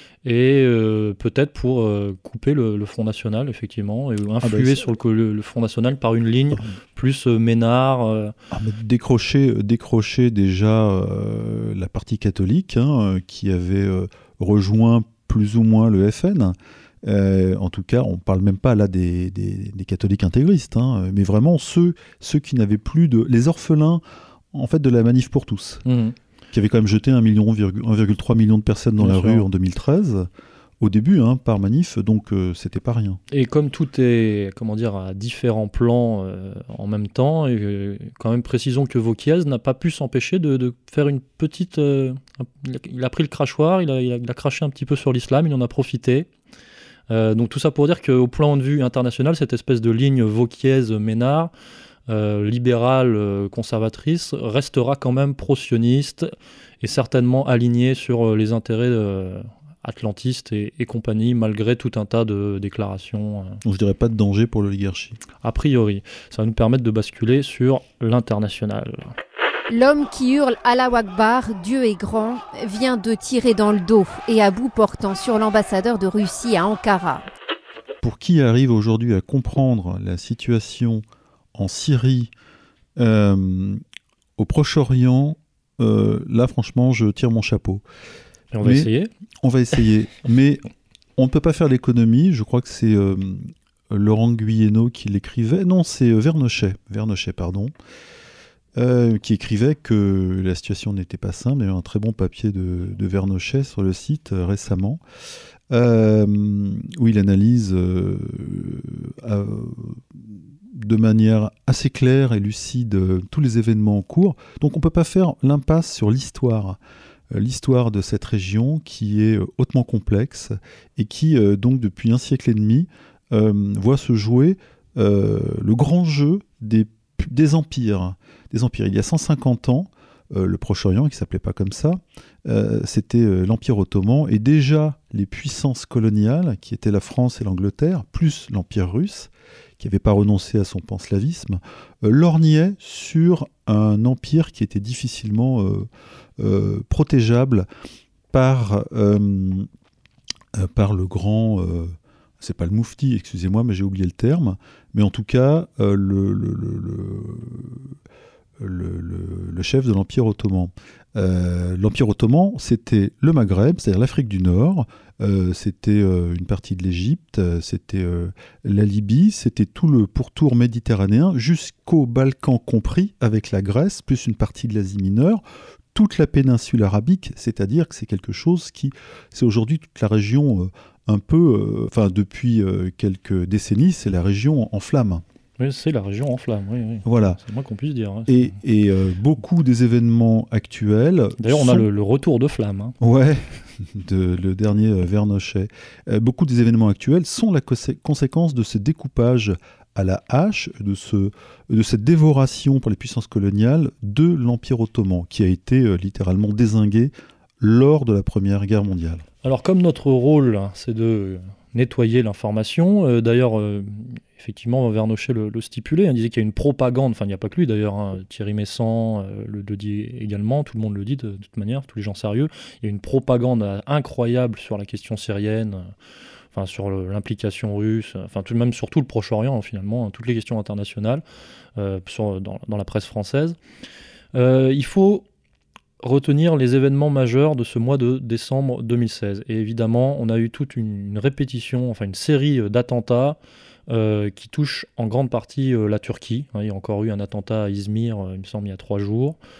Et euh, peut-être pour euh, couper le, le Front National, effectivement, et influer ah bah, sur le, le, le Front National par une ligne plus euh, Ménard. Euh... Ah, décrocher, décrocher déjà euh, la partie catholique, hein, qui avait euh, rejoint plus ou moins le F N. Euh, en tout cas, on ne parle même pas là des, des, des catholiques intégristes, hein, mais vraiment ceux, ceux qui n'avaient plus de... les orphelins, en fait, de la manif pour tous. Mmh. Qui avait quand même jeté un virgule trois million de personnes dans Bien la sûr. rue en deux mille treize, au début, hein, par manif, donc euh, c'était pas rien. Et comme tout est, comment dire, à différents plans euh, en même temps, et, euh, quand même précisons que Vauquiez n'a pas pu s'empêcher de, de faire une petite... Euh, il a pris le crachoir, il a, il, a, il a craché un petit peu sur l'islam, il en a profité. Euh, donc tout ça pour dire qu'au plan de vue international, cette espèce de ligne Vauquiez-Ménard, Euh, libérale, euh, conservatrice, restera quand même pro-sioniste et certainement alignée sur euh, les intérêts euh, atlantistes et, et compagnie, malgré tout un tas de déclarations. Euh. Donc je dirais pas de danger pour l'oligarchie. A priori, ça va nous permettre de basculer sur l'international. L'homme qui hurle Allahu Akbar, Dieu est grand, vient de tirer dans le dos et à bout portant sur l'ambassadeur de Russie à Ankara. Pour qui arrive aujourd'hui à comprendre la situation en Syrie, euh, au Proche-Orient, euh, là franchement je tire mon chapeau. Et on va Mais, essayer On va essayer, mais on ne peut pas faire l'économie, je crois que c'est euh, Laurent Guyeno qui l'écrivait, non c'est Vernochet, Vernochet pardon, euh, qui écrivait que la situation n'était pas simple. Il y a eu un très bon papier de, de Vernochet sur le site euh, récemment, euh, où il analyse euh, euh, de manière assez claire et lucide euh, tous les événements en cours. Donc on ne peut pas faire l'impasse sur l'histoire, euh, l'histoire de cette région qui est euh, hautement complexe et qui, euh, donc depuis un siècle et demi, euh, voit se jouer euh, le grand jeu des, des empires. Des empires. Il y a cent cinquante ans, euh, le Proche-Orient, qui ne s'appelait pas comme ça, euh, c'était euh, l'Empire ottoman, et déjà les puissances coloniales, qui étaient la France et l'Angleterre, plus l'Empire russe, qui n'avait pas renoncé à son panslavisme, euh, lorgnait sur un empire qui était difficilement euh, euh, protégeable par, euh, euh, par le grand... Euh, c'est pas le moufti, excusez-moi, mais j'ai oublié le terme, mais en tout cas, euh, le, le, le, le, le, le chef de l'Empire ottoman. Euh, L'Empire ottoman, c'était le Maghreb, c'est-à-dire l'Afrique du Nord, euh, c'était euh, une partie de l'Égypte, euh, c'était euh, la Libye, c'était tout le pourtour méditerranéen, jusqu'au Balkan compris, avec la Grèce, plus une partie de l'Asie mineure, toute la péninsule arabique, c'est-à-dire que c'est quelque chose qui... C'est aujourd'hui toute la région... Euh, un peu, enfin euh, depuis euh, quelques décennies, c'est la région en flammes. Oui, c'est la région en flammes, oui, oui. Voilà. C'est le moins qu'on puisse dire. Hein. Et, et euh, beaucoup des événements actuels... D'ailleurs, sont... on a le, le retour de flammes. Hein. Ouais, de, le dernier euh, Vernochet. Euh, beaucoup des événements actuels sont la consé- conséquence de ce découpage à la hache, de, ce, de cette dévoration pour les puissances coloniales de l'Empire ottoman, qui a été euh, littéralement dézingué lors de la Première Guerre mondiale. Alors comme notre rôle, c'est de nettoyer l'information, euh, d'ailleurs, euh, effectivement, Vernochet le, le stipulait, il hein, disait qu'il y a une propagande, enfin il n'y a pas que lui d'ailleurs, hein, Thierry Messant euh, le, le dit également, tout le monde le dit de, de toute manière, tous les gens sérieux, il y a une propagande euh, incroyable sur la question syrienne, euh, enfin sur le, l'implication russe, enfin tout, même sur tout le Proche-Orient finalement, hein, toutes les questions internationales euh, sur, dans, dans la presse française. Euh, il faut retenir les événements majeurs de ce mois de décembre deux mille seize. Et évidemment, on a eu toute une, une répétition, enfin une série d'attentats euh, qui touchent en grande partie euh, la Turquie. Il y a encore eu un attentat à Izmir, euh, il me semble, il y a trois jours.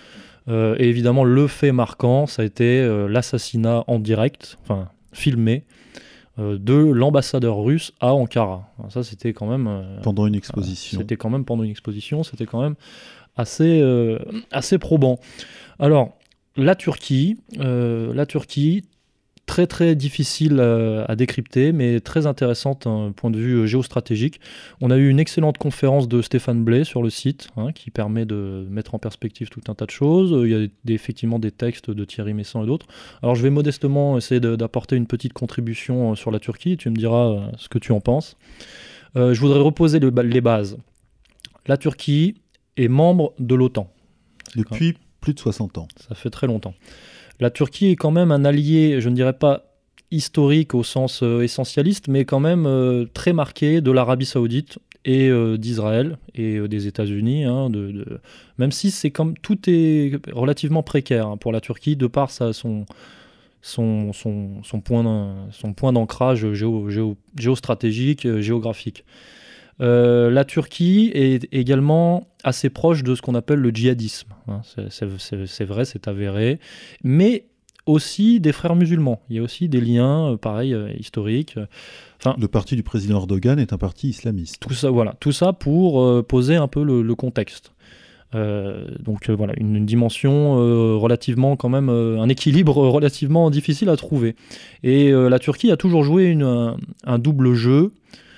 Euh, et évidemment, le fait marquant, ça a été euh, l'assassinat en direct, enfin filmé, euh, de l'ambassadeur russe à Ankara. Alors ça, c'était quand même... Euh, pendant une exposition. Euh, c'était quand même pendant une exposition, c'était quand même assez, euh, assez probant. Alors, la Turquie, euh, la Turquie, très très difficile à, à décrypter, mais très intéressante d'un point de vue géostratégique. On a eu une excellente conférence de Stéphane Blay sur le site, hein, qui permet de mettre en perspective tout un tas de choses. Il y a des, effectivement des textes de Thierry Messant et d'autres. Alors je vais modestement essayer de, d'apporter une petite contribution sur la Turquie, tu me diras ce que tu en penses. Euh, je voudrais reposer le, les bases. La Turquie est membre de l'OTAN. Depuis plus de soixante ans. Ça fait très longtemps. La Turquie est quand même un allié, je ne dirais pas historique au sens euh, essentialiste, mais quand même euh, très marqué de l'Arabie Saoudite et euh, d'Israël et euh, des États-Unis. Hein, de, de... Même si c'est comme tout est relativement précaire, hein, pour la Turquie, de par sa, son, son, son, son, point, son point d'ancrage géo, géo, géostratégique, euh, géographique. Euh, la Turquie est également assez proche de ce qu'on appelle le djihadisme. Hein, c'est, c'est, c'est, c'est vrai, c'est avéré. Mais aussi des frères musulmans. Il y a aussi des liens, euh, pareil, euh, historiques. Enfin, le parti du président Erdogan est un parti islamiste. Tout ça, voilà, tout ça pour euh, poser un peu le, le contexte. Euh, donc euh, voilà, une, une dimension euh, relativement quand même, euh, un équilibre relativement difficile à trouver. Et euh, la Turquie a toujours joué une, un, un double jeu.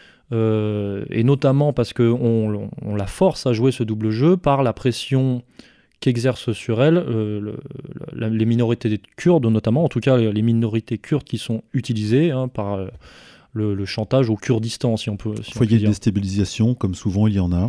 Euh, et notamment parce qu'on on, on la force à jouer ce double jeu par la pression qu'exercent sur elle euh, le, la, les minorités kurdes, notamment, en tout cas les minorités kurdes qui sont utilisées hein, par euh, le, le chantage au Kurdistan, si on peut, si Foyer de déstabilisation, comme souvent il y en a.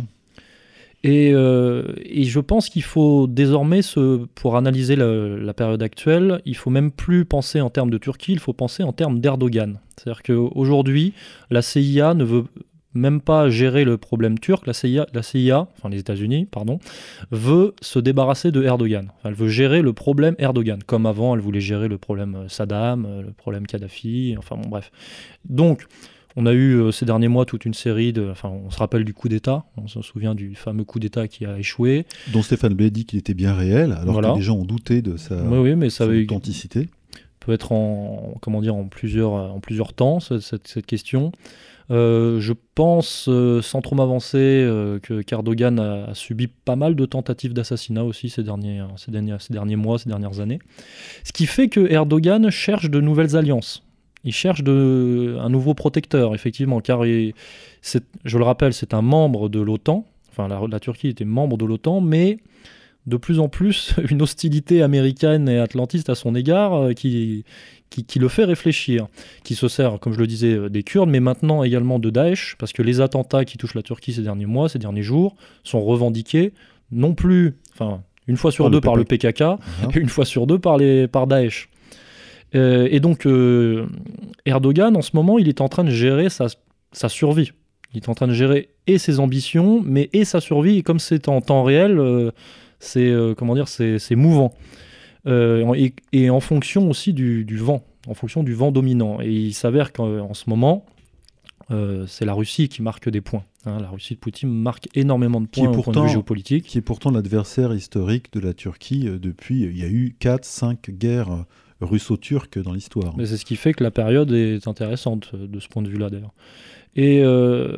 Et, euh, et je pense qu'il faut désormais, se, pour analyser la, la période actuelle, il ne faut même plus penser en termes de Turquie, il faut penser en termes d'Erdogan. C'est-à-dire qu'aujourd'hui, la C I A ne veut même pas gérer le problème turc, la C I A, la C I A enfin les États-Unis, pardon, veut se débarrasser de Erdogan. Enfin, elle veut gérer le problème Erdogan, comme avant elle voulait gérer le problème Saddam, le problème Kadhafi, enfin bon bref. Donc, on a eu euh, ces derniers mois toute une série de... Enfin, on se rappelle du coup d'État, on se souvient du fameux coup d'État qui a échoué. Dont Stéphane Blay dit qu'il était bien réel, alors voilà. que les gens ont douté de sa, oui, oui, mais ça sa avait... authenticité. Peut être en, comment dire, en, plusieurs, en plusieurs temps, cette, cette, cette question. Euh, je pense, euh, sans trop m'avancer, euh, que qu'Erdogan a, a subi pas mal de tentatives d'assassinat aussi ces derniers, ces, derniers, ces derniers mois, ces dernières années. Ce qui fait que Erdogan cherche de nouvelles alliances. Il cherche de, un nouveau protecteur, effectivement, car il, c'est, je le rappelle, c'est un membre de l'OTAN. Enfin, la, la Turquie était membre de l'OTAN, mais de plus en plus, une hostilité américaine et atlantiste à son égard euh, qui, qui, qui le fait réfléchir, qui se sert, comme je le disais, des Kurdes, mais maintenant également de Daesh, parce que les attentats qui touchent la Turquie ces derniers mois, ces derniers jours, sont revendiqués, non plus, enfin, une fois sur oh, deux le par le P K K, uh-huh. et une fois sur deux par, les, par Daesh. Euh, et donc, euh, Erdogan, en ce moment, il est en train de gérer sa, sa survie. Il est en train de gérer et ses ambitions, mais et sa survie. Et comme c'est en temps réel, euh, c'est, euh, comment dire, c'est, c'est mouvant. Euh, et, et en fonction aussi du, du vent, en fonction du vent dominant. Et il s'avère qu'en ce moment, euh, c'est la Russie qui marque des points. Hein. La Russie de Poutine marque énormément de points pourtant, au point de vue géopolitique. Qui est pourtant l'adversaire historique de la Turquie euh, depuis... Il y a eu quatre cinq guerres russo-turques dans l'histoire. Mais c'est ce qui fait que la période est intéressante de ce point de vue-là, d'ailleurs. Et euh,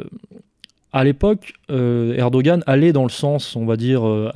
à l'époque, euh, Erdogan allait dans le sens, on va dire, euh,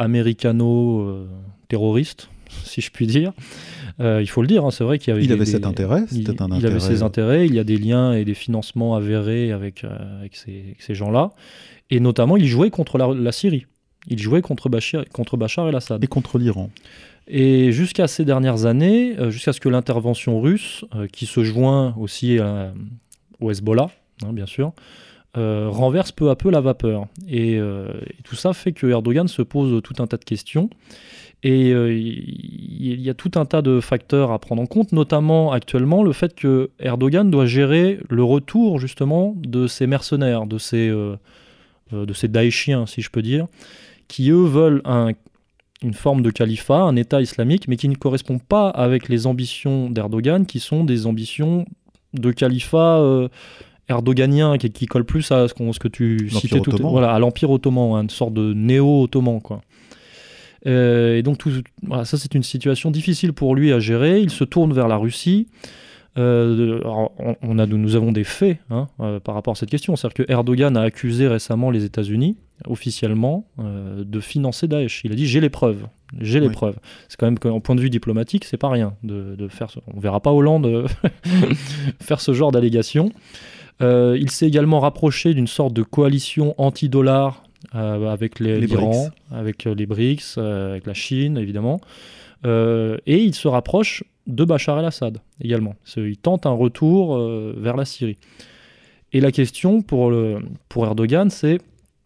américano-terroriste, euh, si je puis dire. Euh, il faut le dire, hein, c'est vrai qu'il y avait... Il des, avait des, cet intérêt, il, c'était un il intérêt. avait ses intérêts, il y a des liens et des financements avérés avec, euh, avec, ces, avec ces gens-là. Et notamment, il jouait contre la, la Syrie. Il jouait contre Bachar, contre Bachar el-Assad. Et contre l'Iran. Et jusqu'à ces dernières années, euh, jusqu'à ce que l'intervention russe, euh, qui se joint aussi à, au Hezbollah, hein, bien sûr, euh, renverse peu à peu la vapeur. Et, euh, et tout ça fait que Erdogan se pose tout un tas de questions. Et euh, il y a tout un tas de facteurs à prendre en compte, notamment actuellement le fait que Erdogan doit gérer le retour justement de ces mercenaires, de ces, euh, de ces Daeshiens, si je peux dire, qui eux veulent un une forme de califat, un État islamique, mais qui ne correspond pas avec les ambitions d'Erdogan, qui sont des ambitions de califat euh, erdoganien, qui, qui collent plus à ce, qu'on, ce que tu l'Empire citais tout à l'heure, voilà, à l'Empire ottoman, hein, une sorte de néo-ottoman, quoi. Euh, et donc tout, voilà, ça c'est une situation difficile pour lui à gérer. Il se tourne vers la Russie. Euh, alors, on, on a, nous avons des faits hein, euh, par rapport à cette question. C'est-à-dire que Erdogan a accusé récemment les États-Unis, officiellement, euh, de financer Daesh. Il a dit j'ai les preuves. J'ai les oui. preuves. C'est quand même qu'en point de vue diplomatique, c'est pas rien de, de faire ce... On verra pas Hollande faire ce genre d'allégation. Euh, il s'est également rapproché d'une sorte de coalition anti-dollar euh, avec les, les l'Iran, avec euh, les B R I C S, euh, avec la Chine, évidemment. Euh, et il se rapproche de Bachar el-Assad également. Il tente un retour euh, vers la Syrie. Et la question pour, le, pour Erdogan, c'est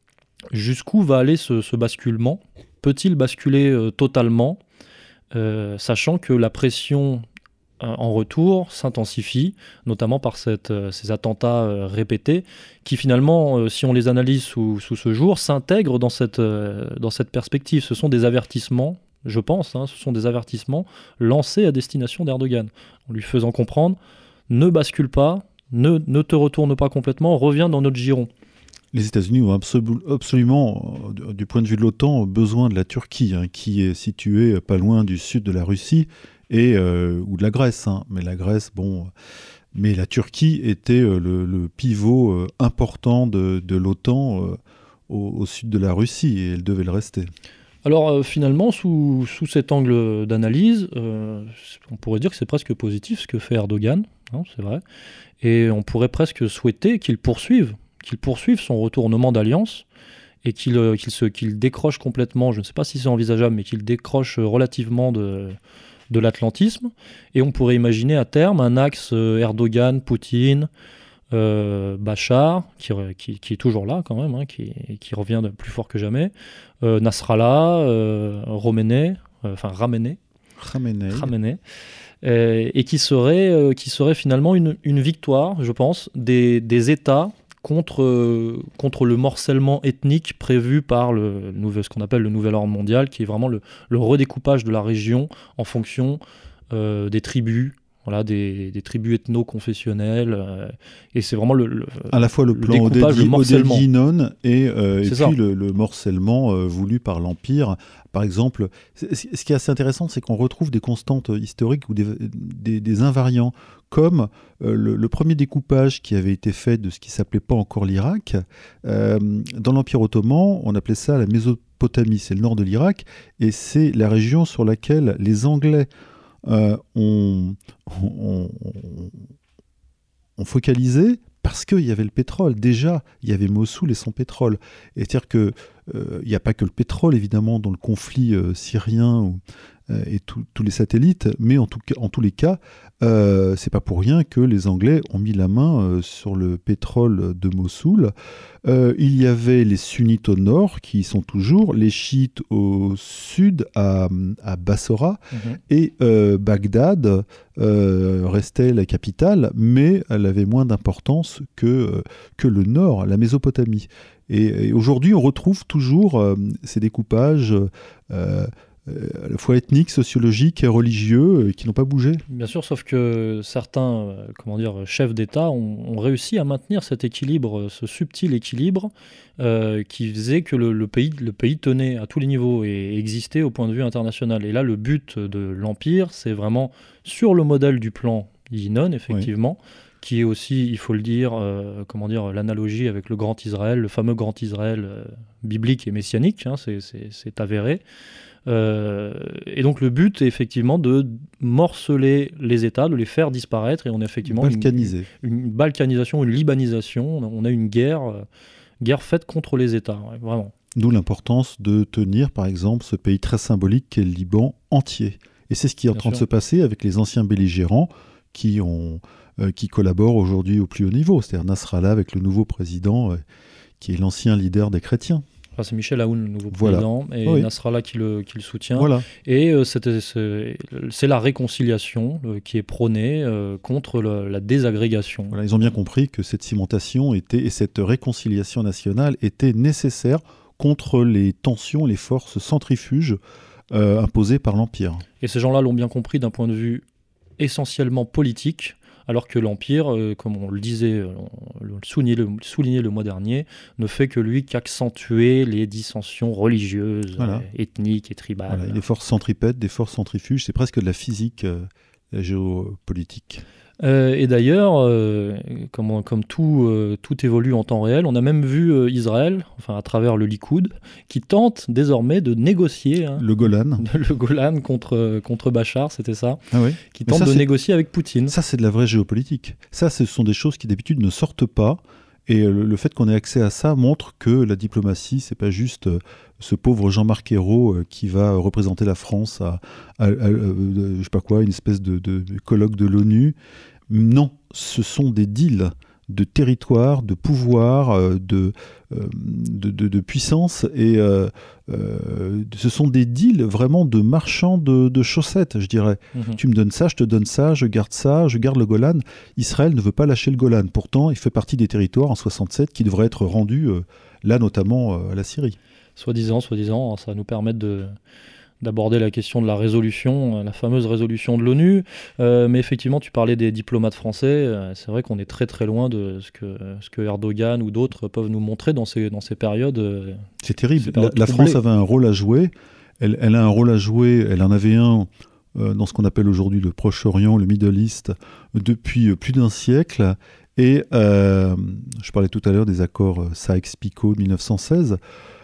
jusqu'où va aller ce, ce basculement ? Peut-il basculer euh, totalement, euh, sachant que la pression euh, en retour s'intensifie, notamment par cette, euh, ces attentats euh, répétés, qui finalement, euh, si on les analyse sous, sous ce jour, s'intègrent dans cette, euh, dans cette perspective. Ce sont des avertissements, je pense, hein, ce sont des avertissements lancés à destination d'Erdogan, en lui faisant comprendre « ne bascule pas, ne, ne te retourne pas complètement, reviens dans notre giron ». Les États-Unis ont absolu- absolument, euh, du point de vue de l'OTAN, besoin de la Turquie, hein, qui est située pas loin du sud de la Russie, et, euh, ou de la Grèce. Hein. Mais la Grèce, bon... Mais la Turquie était euh, le, le pivot euh, important de, de l'OTAN euh, au, au sud de la Russie, et elle devait le rester. Alors euh, finalement, sous, sous cet angle d'analyse, euh, on pourrait dire que c'est presque positif ce que fait Erdogan, hein, c'est vrai, et on pourrait presque souhaiter qu'il poursuive qu'il poursuive son retournement d'alliance et qu'il, euh, qu'il, se, qu'il décroche complètement, je ne sais pas si c'est envisageable, mais qu'il décroche relativement de, de l'atlantisme. Et on pourrait imaginer à terme un axe euh, Erdogan, Poutine, euh, Bachar, qui, qui, qui est toujours là quand même, hein, qui, qui revient de plus fort que jamais, euh, Nasrallah, euh, Roméné, euh, enfin Ramenei, Ramenei. Ramenei. Euh, et qui serait, euh, qui serait finalement une, une victoire, je pense, des, des États Contre, euh, contre le morcellement ethnique prévu par le, le, ce qu'on appelle le nouvel ordre mondial, qui est vraiment le, le redécoupage de la région en fonction euh, des tribus, voilà, des, des tribus ethno-confessionnelles. Euh, et c'est vraiment le, le à la fois le, le plan Oded-Ginon et, euh, et puis le, le morcellement euh, voulu par l'Empire. Par exemple, ce qui est assez intéressant, c'est qu'on retrouve des constantes historiques ou des, des, des invariants, comme euh, le, le premier découpage qui avait été fait de ce qui ne s'appelait pas encore l'Irak. Euh, dans l'Empire ottoman, on appelait ça la Mésopotamie, c'est le nord de l'Irak, et c'est la région sur laquelle les Anglais euh, ont, ont, ont, ont focalisé parce qu'il y avait le pétrole. Déjà, il y avait Mossoul et son pétrole. Et c'est-à-dire qu'il n'y euh, a pas que le pétrole, évidemment, dans le conflit euh, syrien ou, euh, et tous les satellites, mais en, tout cas, en tous les cas, euh, c'est pas pour rien que les Anglais ont mis la main euh, sur le pétrole de Mossoul. Euh, il y avait les sunnites au nord, qui y sont toujours, les chiites au sud, à, à Bassora, mmh. et euh, Bagdad euh, restait la capitale, mais elle avait moins d'importance que, euh, que le nord, la Mésopotamie. Et, et aujourd'hui, on retrouve toujours euh, ces découpages euh, à la fois ethniques, sociologiques et religieux euh, qui n'ont pas bougé. Bien sûr, sauf que certains euh, comment dire, chefs d'État ont, ont réussi à maintenir cet équilibre, ce subtil équilibre euh, qui faisait que le, le, pays, le pays tenait à tous les niveaux et existait au point de vue international. Et là, le but de l'Empire, c'est vraiment sur le modèle du plan Yinon, effectivement, oui. qui est aussi, il faut le dire, euh, comment dire, l'analogie avec le Grand Israël, le fameux Grand Israël euh, biblique et messianique, hein, c'est, c'est, c'est avéré. Euh, et donc le but est effectivement de morceler les États, de les faire disparaître, et on a effectivement Balkaniser. Une, une balkanisation, une libanisation, on a une guerre, euh, guerre faite contre les États, ouais, vraiment. D'où l'importance de tenir par exemple ce pays très symbolique qu'est le Liban entier. Et c'est ce qui est en Bien train sûr. de se passer avec les anciens belligérants qui, ont, euh, qui collaborent aujourd'hui au plus haut niveau, c'est-à-dire Nasrallah avec le nouveau président euh, qui est l'ancien leader des chrétiens. Enfin, c'est Michel Aoun, le nouveau voilà. président, et oui. Nasrallah qui le, qui le soutient. Voilà. Et euh, c'est, c'est, c'est la réconciliation euh, qui est prônée euh, contre le, la désagrégation. Voilà, ils ont bien compris que cette cimentation était, et cette réconciliation nationale était nécessaire contre les tensions, les forces centrifuges euh, imposées par l'Empire. Et ces gens-là l'ont bien compris d'un point de vue essentiellement politique. alors que l'Empire, euh, comme on le disait, on le soulignait, le, soulignait le mois dernier, ne fait que lui qu'accentuer les dissensions religieuses, voilà. euh, ethniques et tribales. Voilà, des forces centripètes, des forces centrifuges, c'est presque de la physique euh, la géopolitique. Euh, et d'ailleurs, euh, comme, comme tout, euh, tout évolue en temps réel, on a même vu euh, Israël, enfin à travers le Likoud, qui tente désormais de négocier hein, le Golan, le Golan contre, contre Bachar, c'était ça, ah oui. qui tente ça, de négocier avec Poutine. Ça, c'est de la vraie géopolitique. Ça, ce sont des choses qui d'habitude ne sortent pas. Et le, le fait qu'on ait accès à ça montre que la diplomatie, c'est pas juste euh, ce pauvre Jean-Marc Ayrault euh, qui va représenter la France à, à, à, à euh, je sais pas quoi, une espèce de, de, de colloque de l'ONU. Non, ce sont des deals de territoire, de pouvoir, euh, de, euh, de, de, de puissance, et euh, euh, ce sont des deals vraiment de marchands de, de chaussettes, je dirais. Mm-hmm. Tu me donnes ça, je te donne ça, je garde ça, je garde le Golan. Israël ne veut pas lâcher le Golan. Pourtant, il fait partie des territoires en soixante-sept qui devraient être rendus, euh, là notamment, euh, à la Syrie. Soi-disant, soi-disant, ça va nous permettre de... d'aborder la question de la résolution, la fameuse résolution de l'ONU. Euh, mais effectivement, tu parlais des diplomates français. Euh, c'est vrai qu'on est très très loin de ce que, ce que Erdogan ou d'autres peuvent nous montrer dans ces, dans ces périodes. Euh, c'est terrible. Ces périodes la, la France avait un rôle à jouer. Elle, elle a un rôle à jouer. Elle en avait un euh, dans ce qu'on appelle aujourd'hui le Proche-Orient, le Middle East, depuis plus d'un siècle. Et euh, je parlais tout à l'heure des accords Sykes-Picot de mille neuf cent seize.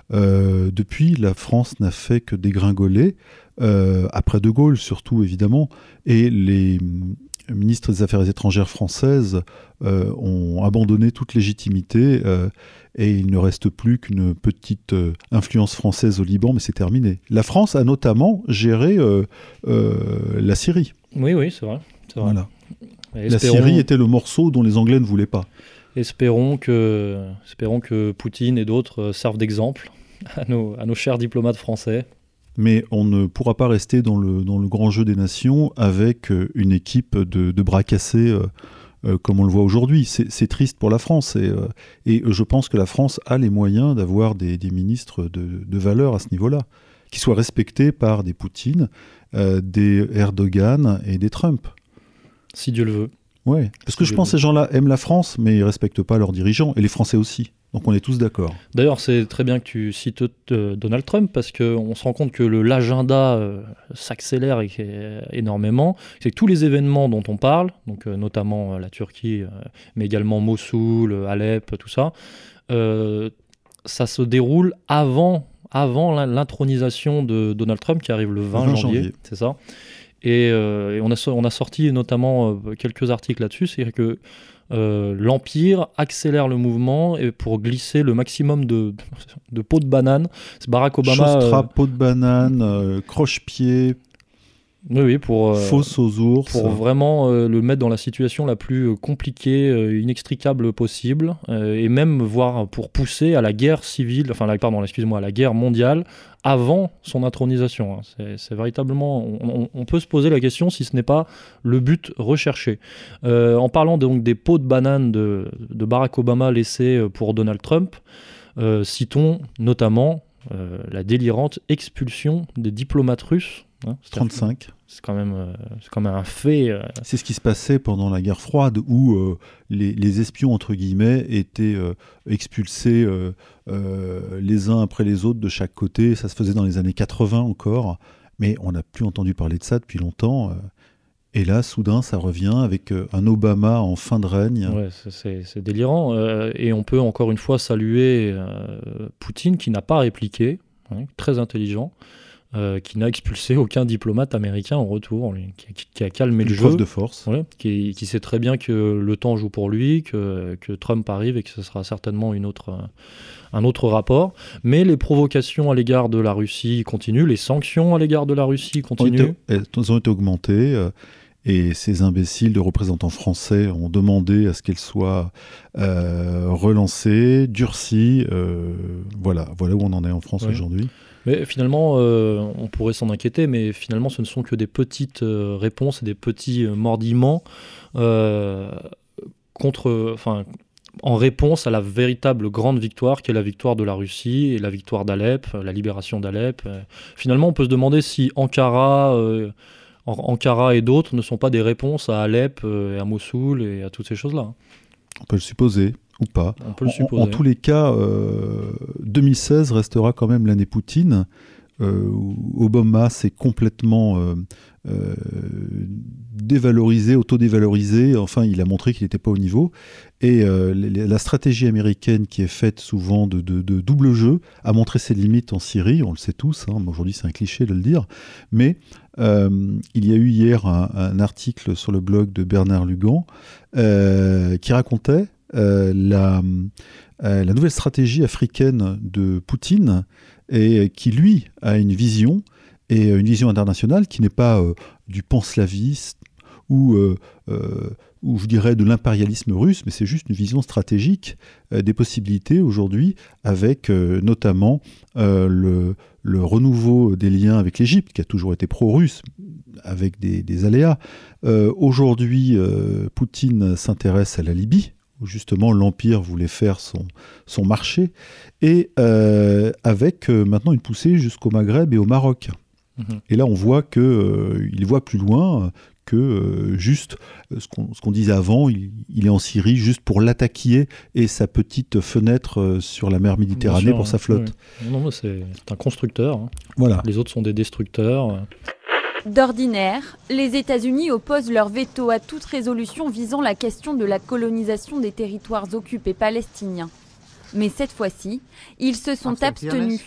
Euh, depuis, la France n'a fait que dégringoler, euh, après De Gaulle surtout évidemment, et les ministres des Affaires étrangères françaises euh, ont abandonné toute légitimité, euh, et il ne reste plus qu'une petite euh, influence française au Liban, mais c'est terminé. La France a notamment géré euh, euh, la Syrie. Oui, oui, c'est vrai. C'est vrai. Voilà. La Syrie était le morceau dont les Anglais ne voulaient pas. Espérons que, espérons que Poutine et d'autres servent d'exemple à nos, à nos chers diplomates français. Mais on ne pourra pas rester dans le, dans le grand jeu des nations avec une équipe de, de bras cassés euh, euh, comme on le voit aujourd'hui. C'est, c'est triste pour la France. Et, euh, et je pense que la France a les moyens d'avoir des, des ministres de, de valeur à ce niveau-là, qui soient respectés par des Poutine, euh, des Erdogan et des Trump. Si Dieu le veut. Oui, parce que je pense que ces gens-là aiment la France, mais ils ne respectent pas leurs dirigeants, et les Français aussi. Donc on est tous d'accord. D'ailleurs, c'est très bien que tu cites euh, Donald Trump, parce qu'on se rend compte que le, l'agenda euh, s'accélère et, et, énormément. C'est que tous les événements dont on parle, donc, euh, notamment euh, la Turquie, euh, mais également Mossoul, Alep, tout ça, euh, ça se déroule avant, avant l'intronisation de Donald Trump, qui arrive le vingt, vingt janvier, janvier, c'est ça. Et, euh, et on, a, on a sorti notamment euh, quelques articles là-dessus, c'est que euh, l'Empire accélère le mouvement et pour glisser le maximum de, de pots de banane. C'est Barack Obama. Chaustra, euh, pot de banane, euh, croche-pied. Oui, oui, pour, euh, Fosse aux ours. Pour vraiment euh, le mettre dans la situation la plus compliquée, euh, inextricable possible, euh, et même voire pour pousser à la guerre civile, enfin, pardon, excuse-moi, à la guerre mondiale avant son intronisation. C'est, c'est véritablement, on, on peut se poser la question si ce n'est pas le but recherché. Euh, en parlant donc des pots de banane de, de Barack Obama laissés pour Donald Trump, euh, citons notamment euh, la délirante expulsion des diplomates russes. Hein, trente-cinq. C'est quand même, euh, c'est quand même un fait. Euh... C'est ce qui se passait pendant la guerre froide, où euh, les, les espions, entre guillemets, étaient euh, expulsés euh, euh, les uns après les autres de chaque côté. Ça se faisait dans les années quatre-vingts encore, mais on n'a plus entendu parler de ça depuis longtemps. Euh, et là, soudain, ça revient avec euh, un Obama en fin de règne. Ouais, c'est, c'est, c'est délirant. Euh, et on peut encore une fois saluer euh, Poutine, qui n'a pas répliqué, hein, très intelligent. Euh, qui n'a expulsé aucun diplomate américain en retour, lui, qui, qui, qui a calmé Une le jeu. Preuve de force. Ouais, qui, qui sait très bien que le temps joue pour lui, que, que Trump arrive et que ce sera certainement une autre, un autre rapport. Mais les provocations à l'égard de la Russie continuent, les sanctions à l'égard de la Russie continuent. Ont été, elles ont été augmentées. Euh, Et ces imbéciles de représentants français ont demandé à ce qu'elles soient euh, relancées, durcies. Euh, voilà, voilà où on en est en France ouais. aujourd'hui. Mais finalement, euh, on pourrait s'en inquiéter, mais finalement, ce ne sont que des petites euh, réponses et des petits euh, mordillements euh, contre, enfin, en réponse à la véritable grande victoire qui est la victoire de la Russie et la victoire d'Alep, la libération d'Alep. Euh, finalement, on peut se demander si Ankara... Euh, Ankara et d'autres ne sont pas des réponses à Alep, et à Mossoul et à toutes ces choses-là. On peut le supposer, ou pas. On peut le en, supposer. En, en tous les cas, euh, deux mille seize restera quand même l'année Poutine, euh, où Obama s'est complètement euh, euh, dévalorisé, auto-dévalorisé. Enfin, il a montré qu'il n'était pas au niveau. Et euh, la stratégie américaine qui est faite souvent de, de, de double jeu a montré ses limites en Syrie, on le sait tous, hein, aujourd'hui c'est un cliché de le dire, mais euh, il y a eu hier un, un article sur le blog de Bernard Lugan euh, qui racontait euh, la, euh, la nouvelle stratégie africaine de Poutine et qui lui a une vision, et une vision internationale qui n'est pas euh, du panslaviste ou... Euh, euh, ou je dirais de l'impérialisme russe, mais c'est juste une vision stratégique euh, des possibilités aujourd'hui, avec euh, notamment euh, le, le renouveau des liens avec l'Égypte, qui a toujours été pro-russe, avec des, des aléas. Euh, aujourd'hui, euh, Poutine s'intéresse à la Libye, où justement l'Empire voulait faire son, son marché, et euh, avec euh, maintenant une poussée jusqu'au Maghreb et au Maroc. Mmh. Et là, on voit qu'il euh, voit plus loin que euh, juste euh, ce qu'on ce qu'on disait avant, il, il est en Syrie juste pour l'attaquer et sa petite fenêtre euh, sur la mer Méditerranée sûr, pour sa flotte. Oui. Non, non, c'est un constructeur. Hein. Voilà. Les autres sont des destructeurs. D'ordinaire, les États-Unis opposent leur veto à toute résolution visant la question de la colonisation des territoires occupés palestiniens. Mais cette fois-ci, ils se sont ah, abstenus.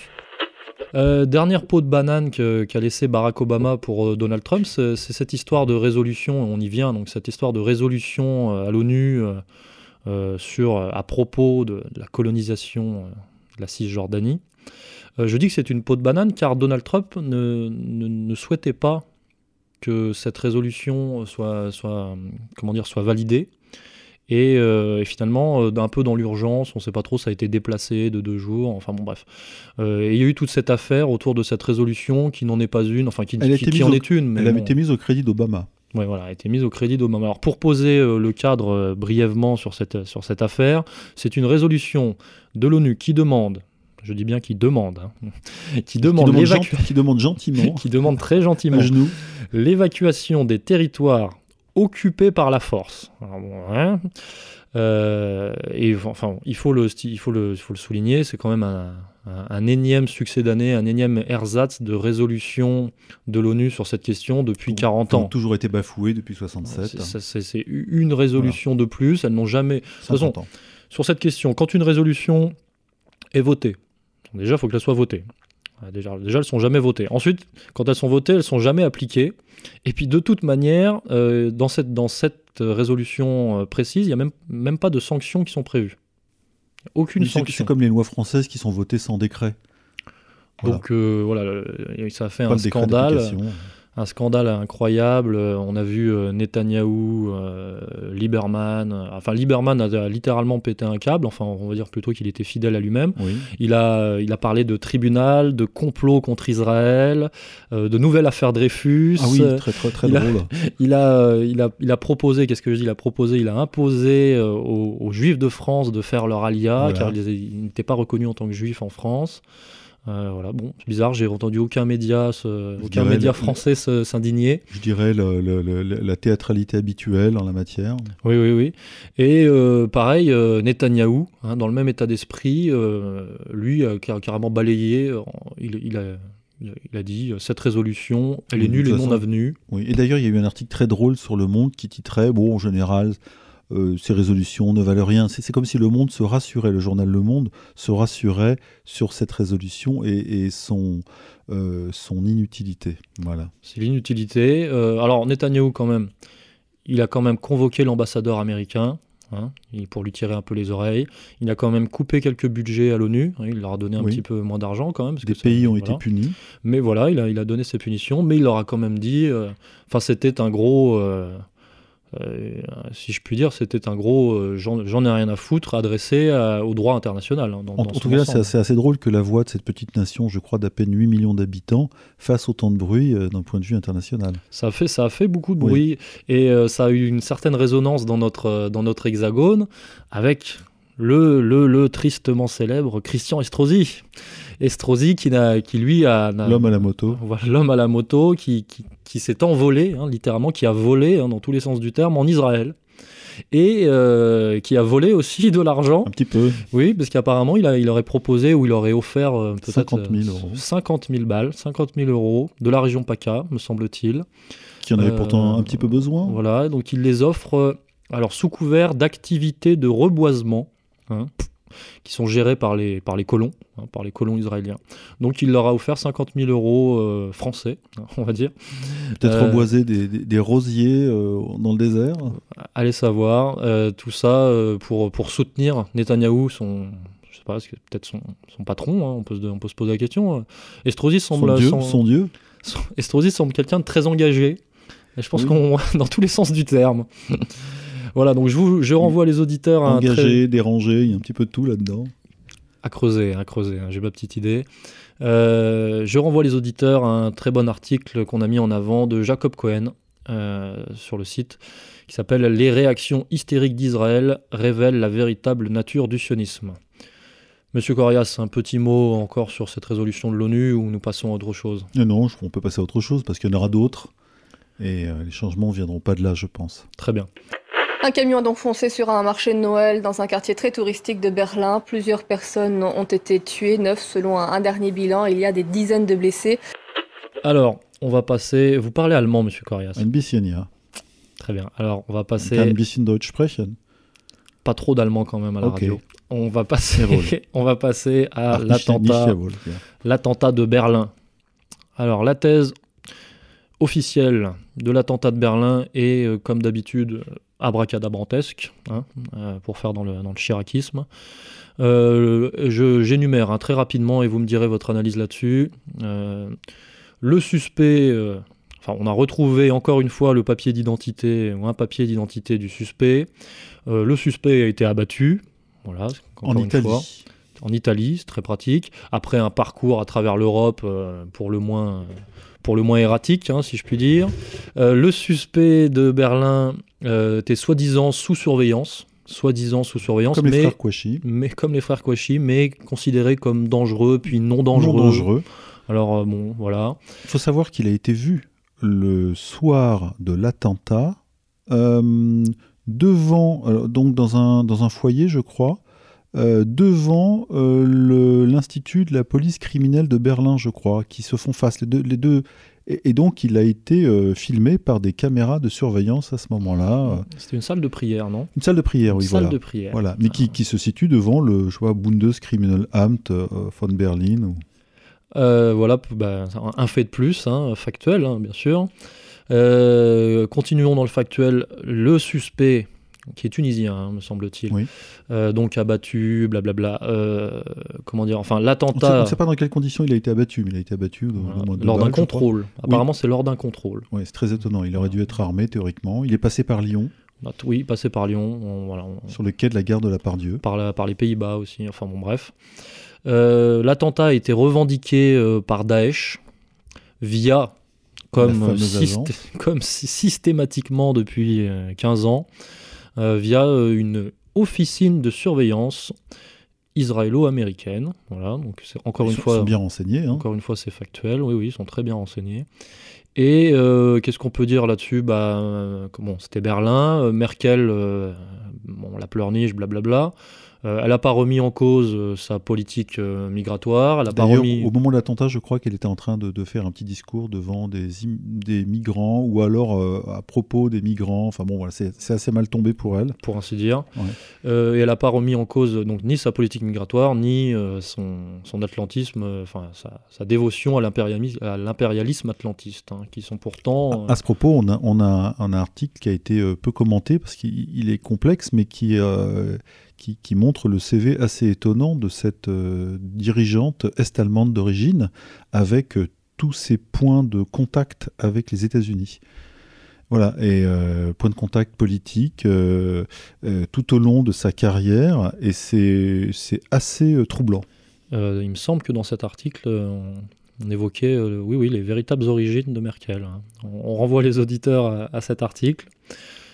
Euh, dernière peau de banane que, qu'a laissé Barack Obama pour euh, Donald Trump, c'est, c'est cette histoire de résolution, on y vient, donc cette histoire de résolution euh, à l'ONU euh, euh, sur, à propos de, de la colonisation euh, de la Cisjordanie. Euh, je dis que c'est une peau de banane car Donald Trump ne, ne, ne souhaitait pas que cette résolution soit, soit, comment dire, soit validée. Et, euh, et finalement, euh, un peu dans l'urgence, on ne sait pas trop, ça a été déplacé de deux jours, enfin bon bref. Euh, et il y a eu toute cette affaire autour de cette résolution qui n'en est pas une, enfin qui, qui, qui en au, est une. Mais elle avait bon. été mise au crédit d'Obama. Oui, voilà, elle a été mise au crédit d'Obama. Alors pour poser euh, le cadre euh, brièvement sur cette, sur cette affaire, c'est une résolution de l'ONU qui demande, je dis bien qui demande, hein, qui, demande qui, demande gent- qui demande gentiment, qui demande très gentiment, à genoux, l'évacuation des territoires occupé par la force. Alors bon, hein, euh, et enfin, il faut le, il faut le, il faut le souligner, c'est quand même un, un, un énième succès d'année, un énième ersatz de résolution de l'ONU sur cette question depuis quarante ans. Qui ont toujours été bafoués depuis soixante-sept. C'est, c'est, c'est, c'est une résolution voilà. de plus, elles n'ont jamais... De toute façon, sur cette question, quand une résolution est votée, déjà, il faut qu'elle soit votée. Déjà, déjà, elles ne sont jamais votées. Ensuite, quand elles sont votées, elles ne sont jamais appliquées. Et puis, de toute manière, euh, dans, cette, dans cette résolution euh, précise, il n'y a même, même pas de sanctions qui sont prévues. Aucune c'est, sanction. C'est comme les lois françaises qui sont votées sans décret. Voilà. Donc, euh, voilà, ça a fait pas un scandale. Un scandale incroyable. On a vu euh, Netanyahou, euh, Lieberman. Euh, enfin, Lieberman a, a littéralement pété un câble. Enfin, on va dire plutôt qu'il était fidèle à lui-même. Oui. Il a, il a parlé de tribunal, de complot contre Israël, euh, de nouvelle affaire Dreyfus. Ah oui, très très très il drôle. A, il a, il a, il a proposé. Qu'est-ce que je dis ? Il a proposé. Il a imposé euh, aux, aux Juifs de France de faire leur alia, voilà. car ils, ils n'étaient pas reconnus en tant que Juifs en France. Euh, voilà, bon, c'est bizarre, j'ai entendu aucun média, se, aucun média le, français se, s'indigner. Je dirais le, le, le, la théâtralité habituelle en la matière. Oui, oui, oui. Et euh, pareil, euh, Netanyahou, hein, dans le même état d'esprit, euh, lui a carrément balayé, il, il, a, il a dit cette résolution, elle oui, est nulle et non avenue. Oui. Et d'ailleurs, il y a eu un article très drôle sur Le Monde qui titrait, bon, en général... Euh, ces résolutions ne valent rien. C'est, c'est comme si le Monde se rassurait, le journal Le Monde se rassurait sur cette résolution et, et son, euh, son inutilité. Voilà. C'est l'inutilité. Euh, alors Netanyahou quand même, il a quand même convoqué l'ambassadeur américain hein, pour lui tirer un peu les oreilles. Il a quand même coupé quelques budgets à l'ONU. Hein, il leur a donné un oui. petit peu moins d'argent quand même. Parce Des que pays ça, ont voilà. été punis. Mais voilà, il a, il a donné ses punitions, mais il leur a quand même dit... Enfin, euh, c'était un gros... Euh, Euh, si je puis dire, c'était un gros euh, j'en, j'en ai rien à foutre adressé à, au droit international. Hein, dans, en dans en tout cas, c'est assez, assez drôle que la voix de cette petite nation, je crois d'à peine huit millions d'habitants, fasse autant de bruit euh, d'un point de vue international. Ça a fait, ça a fait beaucoup de bruit oui. et euh, ça a eu une certaine résonance dans notre, dans notre hexagone avec le, le, le tristement célèbre Christian Estrosi. Estrosi qui, n'a, qui lui a... N'a, l'homme à la moto. Voilà, l'homme à la moto qui, qui, qui s'est envolé, hein, littéralement, qui a volé, hein, dans tous les sens du terme, en Israël. Et euh, qui a volé aussi de l'argent. Un petit peu. Oui, parce qu'apparemment, il, a, il aurait proposé ou il aurait offert euh, peut-être cinquante mille euros. cinquante mille balles, cinquante mille euros de la région PACA, me semble-t-il. Qui en avait euh, pourtant un petit peu besoin. Voilà, donc il les offre euh, alors, sous couvert d'activités de reboisement, hein, qui sont gérées par les, par les colons, hein, par les colons israéliens. Donc il leur a offert cinquante mille euros euh, français, hein, on va dire. Peut-être euh, reboiser des, des, des rosiers euh, dans le désert. Allez savoir. Euh, tout ça euh, pour, pour soutenir Netanyahou, son... Je sais pas, c'est peut-être son, son patron, hein, on, peut se, on peut se poser la question. Estrosi semble... Son dieu, son, son dieu. Estrosi semble quelqu'un de très engagé. Et je pense oui. qu'on... dans tous les sens du terme. Voilà, donc je, vous, je renvoie les auditeurs à engagé, un très... dérangé, il y a un petit peu de tout là-dedans. À creuser, à creuser, hein, j'ai ma petite idée. Euh, je renvoie les auditeurs à un très bon article qu'on a mis en avant de Jacob Cohen euh, sur le site, qui s'appelle « Les réactions hystériques d'Israël révèlent la véritable nature du sionisme ». Monsieur Corias, un petit mot encore sur cette résolution de l'ONU ou nous passons à autre chose ? Non, non, on peut passer à autre chose parce qu'il y en aura d'autres et euh, les changements ne viendront pas de là, je pense. Très bien. Un camion a donc foncé sur un marché de Noël dans un quartier très touristique de Berlin. Plusieurs personnes ont été tuées, neuf selon un, un dernier bilan. Il y a des dizaines de blessés. Alors, on va passer... Vous parlez allemand, monsieur Corias ? Ein bisschen, ja. Très bien. Alors, on va passer... Ein bisschen Deutsch sprechen. Pas trop d'allemand quand même à la okay. radio. On va passer, on va passer à Ach, l'attentat, nicht, nicht, ja. l'attentat de Berlin. Alors, la thèse officielle de l'attentat de Berlin est, euh, comme d'habitude... abracadabrantesque, hein, euh, pour faire dans le, dans le chiracisme. Euh, je, j'énumère hein, très rapidement et vous me direz votre analyse là-dessus. Euh, le suspect, euh, enfin on a retrouvé encore une fois le papier d'identité, ou un papier d'identité du suspect. Euh, le suspect a été abattu, voilà, en une Italie. fois. En Italie, c'est très pratique. Après un parcours à travers l'Europe, euh, pour le moins... pour le moins erratique, hein, si je puis dire. Euh, le suspect de Berlin euh, était soi-disant sous surveillance, soi-disant sous surveillance, comme mais, les frères Kouachi. mais comme les frères Kouachi, mais considéré comme dangereux puis non dangereux. Non dangereux. Alors euh, bon, voilà. Il faut savoir qu'il a été vu le soir de l'attentat euh, devant, euh, donc dans un dans un foyer, je crois. Euh, devant euh, le, l'Institut de la police criminelle de Berlin, je crois, qui se font face. Les deux, les deux, et, et donc, il a été euh, filmé par des caméras de surveillance à ce moment-là. C'était une salle de prière, non ? Une salle de prière, oui, une voilà. Salle de prière. Voilà, mais qui, qui se situe devant le, je vois, Bundeskriminalamt euh, von Berlin. Ou... Euh, voilà, bah, un fait de plus, hein, factuel, hein, bien sûr. Euh, continuons dans le factuel. Le suspect... qui est tunisien, hein, me semble-t-il. Oui. Euh, donc abattu, blablabla. Euh, comment dire, enfin l'attentat... On ne sait pas dans quelles conditions il a été abattu, mais il a été abattu voilà, au lors d'un balles, contrôle. Apparemment, oui. c'est lors d'un contrôle. Oui, c'est très étonnant. Il aurait dû être armé, théoriquement. Il est passé par Lyon. Oui, passé par Lyon. On, voilà, on... Sur le quai de la gare de la Pardieu. Par, la, par les Pays-Bas aussi, enfin bon, bref. Euh, l'attentat a été revendiqué euh, par Daesh via... Comme, systé- comme sy- systématiquement depuis euh, quinze ans, Euh, via euh, une officine de surveillance israélo-américaine. Voilà, donc c'est encore ils une sont, fois. Ils sont bien renseignés. Hein. Encore une fois, c'est factuel. Oui, oui, ils sont très bien renseignés. Et euh, qu'est-ce qu'on peut dire là-dessus ? Bah, euh, bon, c'était Berlin. Euh, Merkel, euh, bon, la pleurniche, blablabla. Euh, elle n'a pas remis en cause euh, sa politique euh, migratoire. Elle a pas remis... au moment de l'attentat, je crois qu'elle était en train de, de faire un petit discours devant des, im- des migrants, ou alors euh, à propos des migrants. Enfin bon, voilà, c'est, c'est assez mal tombé pour elle. Pour ainsi dire. Ouais. Euh, et elle n'a pas remis en cause donc, ni sa politique migratoire, ni euh, son, son atlantisme, enfin euh, sa, sa dévotion à l'impérialisme, à l'impérialisme atlantiste, hein, qui sont pourtant... Euh... À, à ce propos, on a, on a un article qui a été euh, peu commenté, parce qu'il il est complexe, mais qui... Euh, Qui, qui montre le C V assez étonnant de cette euh, dirigeante est-allemande d'origine, avec euh, tous ses points de contact avec les États-Unis. Voilà, et euh, point de contact politique euh, euh, tout au long de sa carrière, et c'est, c'est assez euh, troublant. Euh, il me semble que dans cet article, on, on évoquait euh, oui, oui, les véritables origines de Merkel. Hein. On, on renvoie les auditeurs à, à cet article.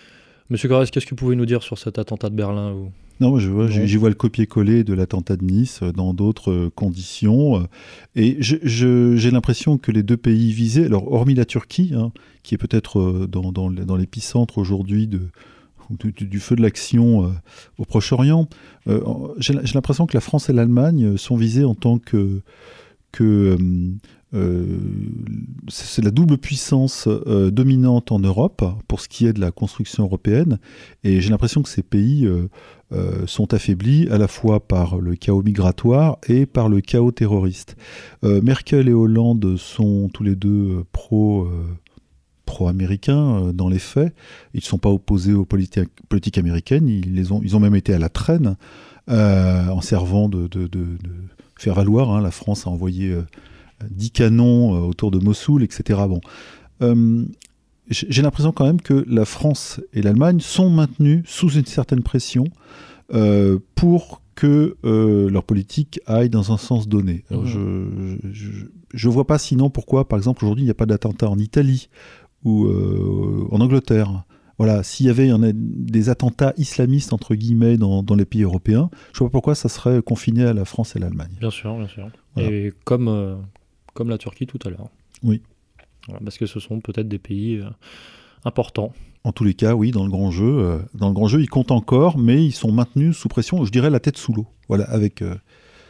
Monsieur Corrèze, qu'est-ce que vous pouvez nous dire sur cet attentat de Berlin ou... Non, moi je vois, j'y vois le copier-coller de l'attentat de Nice dans d'autres conditions. Et je, je, j'ai l'impression que les deux pays visés, alors hormis la Turquie, hein, qui est peut-être dans, dans, dans l'épicentre aujourd'hui de, du, du feu de l'action euh, au Proche-Orient, euh, j'ai, j'ai l'impression que la France et l'Allemagne sont visées en tant que... que euh, c'est la double puissance euh, dominante en Europe pour ce qui est de la construction européenne, et j'ai l'impression que ces pays euh, euh, sont affaiblis à la fois par le chaos migratoire et par le chaos terroriste. Euh, Merkel et Hollande sont tous les deux pro, euh, pro-américains euh, dans les faits. Ils ne sont pas opposés aux politi- politiques américaines, ils, les ont, ils ont même été à la traîne euh, en servant de, de, de, de faire valoir. Hein. La France a envoyé euh, dix canons euh, autour de Mossoul, et cetera. Bon. Euh, j'ai l'impression quand même que la France et l'Allemagne sont maintenues sous une certaine pression euh, pour que euh, leur politique aille dans un sens donné. Alors, mmh. Je ne vois pas sinon pourquoi, par exemple, aujourd'hui, il n'y a pas d'attentat en Italie ou euh, en Angleterre. Voilà, s'il y avait un, des attentats islamistes, entre guillemets, dans, dans les pays européens, je ne vois pas pourquoi ça serait confiné à la France et l'Allemagne. Bien sûr, bien sûr. Voilà. Et comme, euh, comme la Turquie tout à l'heure. Oui. Voilà, parce que ce sont peut-être des pays euh, importants. En tous les cas, oui, dans le grand jeu, euh, dans le grand jeu, ils comptent encore, mais ils sont maintenus sous pression, je dirais la tête sous l'eau. Voilà, avec euh,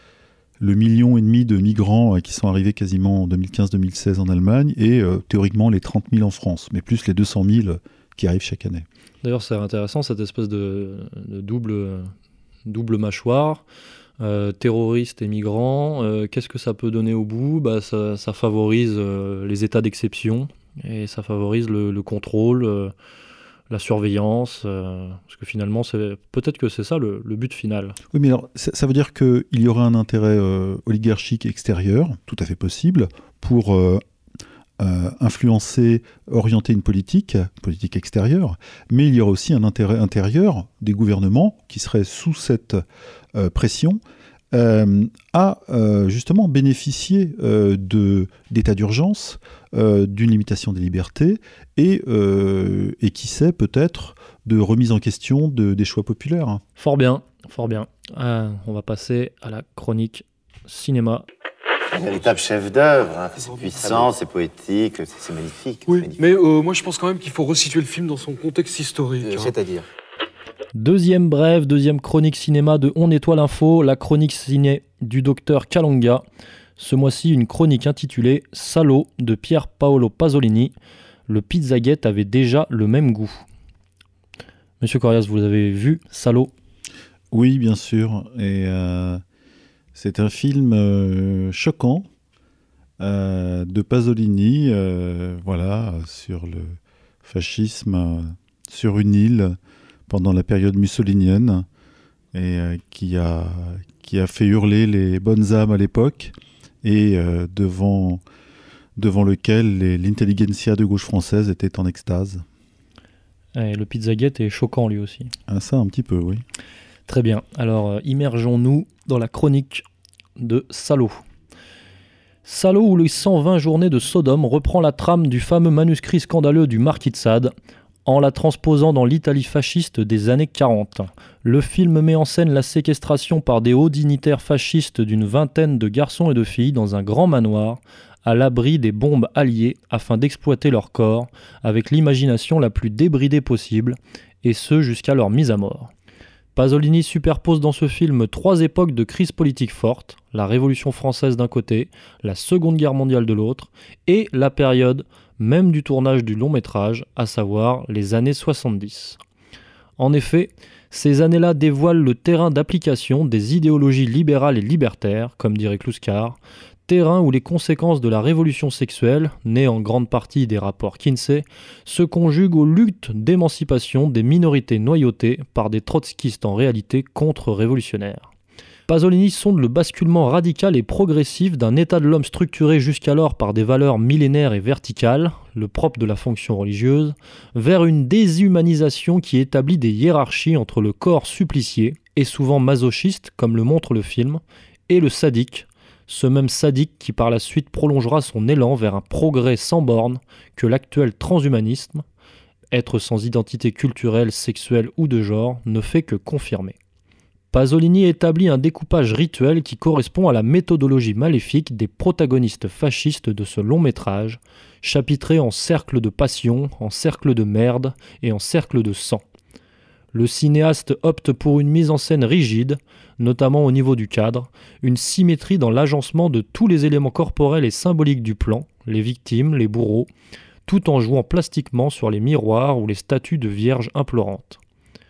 le million et demi de migrants euh, qui sont arrivés quasiment en deux mille quinze deux mille seize en Allemagne, et euh, théoriquement les trente mille en France, mais plus les deux cent mille qui arrivent chaque année. D'ailleurs, c'est intéressant, cette espèce de, de double, double mâchoire, euh, terroristes et migrants. Euh, qu'est-ce que ça peut donner au bout ? Bah, ça, ça favorise euh, les états d'exception, et ça favorise le, le contrôle, euh, la surveillance, euh, parce que finalement, c'est, peut-être que c'est ça le, le but final. Oui, mais alors, ça, ça veut dire qu'il y aurait un intérêt euh, oligarchique extérieur, tout à fait possible, pour... Euh, Euh, influencer, orienter une politique, politique extérieure, mais il y aura aussi un intérêt intérieur des gouvernements qui seraient sous cette euh, pression euh, à euh, justement bénéficier euh, de, d'état d'urgence, euh, d'une limitation des libertés et, euh, et qui sait peut-être de remise en question de, des choix populaires. Fort bien, fort bien. Euh, on va passer à la chronique cinéma. Un véritable chef-d'œuvre, hein. C'est puissant, c'est poétique, c'est, c'est magnifique. Oui, c'est magnifique. mais euh, moi je pense quand même qu'il faut resituer le film dans son contexte historique. Euh, hein. C'est-à-dire Deuxième brève, deuxième chronique cinéma de On Nettoie l'info, la chronique ciné du docteur Calonga. Ce mois-ci, une chronique intitulée « Salo » de Pier Paolo Pasolini. Le pizzagate avait déjà le même goût. Monsieur Corrias, vous avez vu Salo ? Oui, bien sûr. Et euh, c'est un film euh, choquant euh, de Pasolini, euh, voilà, sur le fascisme euh, sur une île pendant la période mussolinienne, et euh, qui a qui a fait hurler les bonnes âmes à l'époque, et euh, devant devant lequel les, l'intelligentsia de gauche française était en extase. Et le Pizzagate est choquant lui aussi. Ah, ça, un petit peu, oui. Très bien. Alors, euh, immergeons-nous dans la chronique de Salo. Salo ou les cent vingt journées de Sodome reprend la trame du fameux manuscrit scandaleux du Marquis de Sade, en la transposant dans l'Italie fasciste des années quarante. Le film met en scène la séquestration par des hauts dignitaires fascistes d'une vingtaine de garçons et de filles dans un grand manoir, à l'abri des bombes alliées afin d'exploiter leur corps avec l'imagination la plus débridée possible, et ce jusqu'à leur mise à mort. Pasolini superpose dans ce film trois époques de crise politique forte, la Révolution française d'un côté, la Seconde Guerre mondiale de l'autre, et la période même du tournage du long métrage, à savoir les années soixante-dix. En effet, ces années-là dévoilent le terrain d'application des idéologies libérales et libertaires, comme dirait Kluskar, terrain où les conséquences de la révolution sexuelle, née en grande partie des rapports Kinsey, se conjuguent aux luttes d'émancipation des minorités noyautées par des trotskistes en réalité contre-révolutionnaires. Pasolini sonde le basculement radical et progressif d'un état de l'homme structuré jusqu'alors par des valeurs millénaires et verticales, le propre de la fonction religieuse, vers une déshumanisation qui établit des hiérarchies entre le corps supplicié, et souvent masochiste comme le montre le film, et le sadique, ce même sadique qui par la suite prolongera son élan vers un progrès sans bornes que l'actuel transhumanisme être sans identité culturelle, sexuelle ou de genre, ne fait que confirmer. Pasolini établit un découpage rituel qui correspond à la méthodologie maléfique des protagonistes fascistes de ce long métrage, chapitré en cercles de passion, en cercles de merde et en cercles de sang. Le cinéaste opte pour une mise en scène rigide, notamment au niveau du cadre, une symétrie dans l'agencement de tous les éléments corporels et symboliques du plan, les victimes, les bourreaux, tout en jouant plastiquement sur les miroirs ou les statues de vierges implorantes.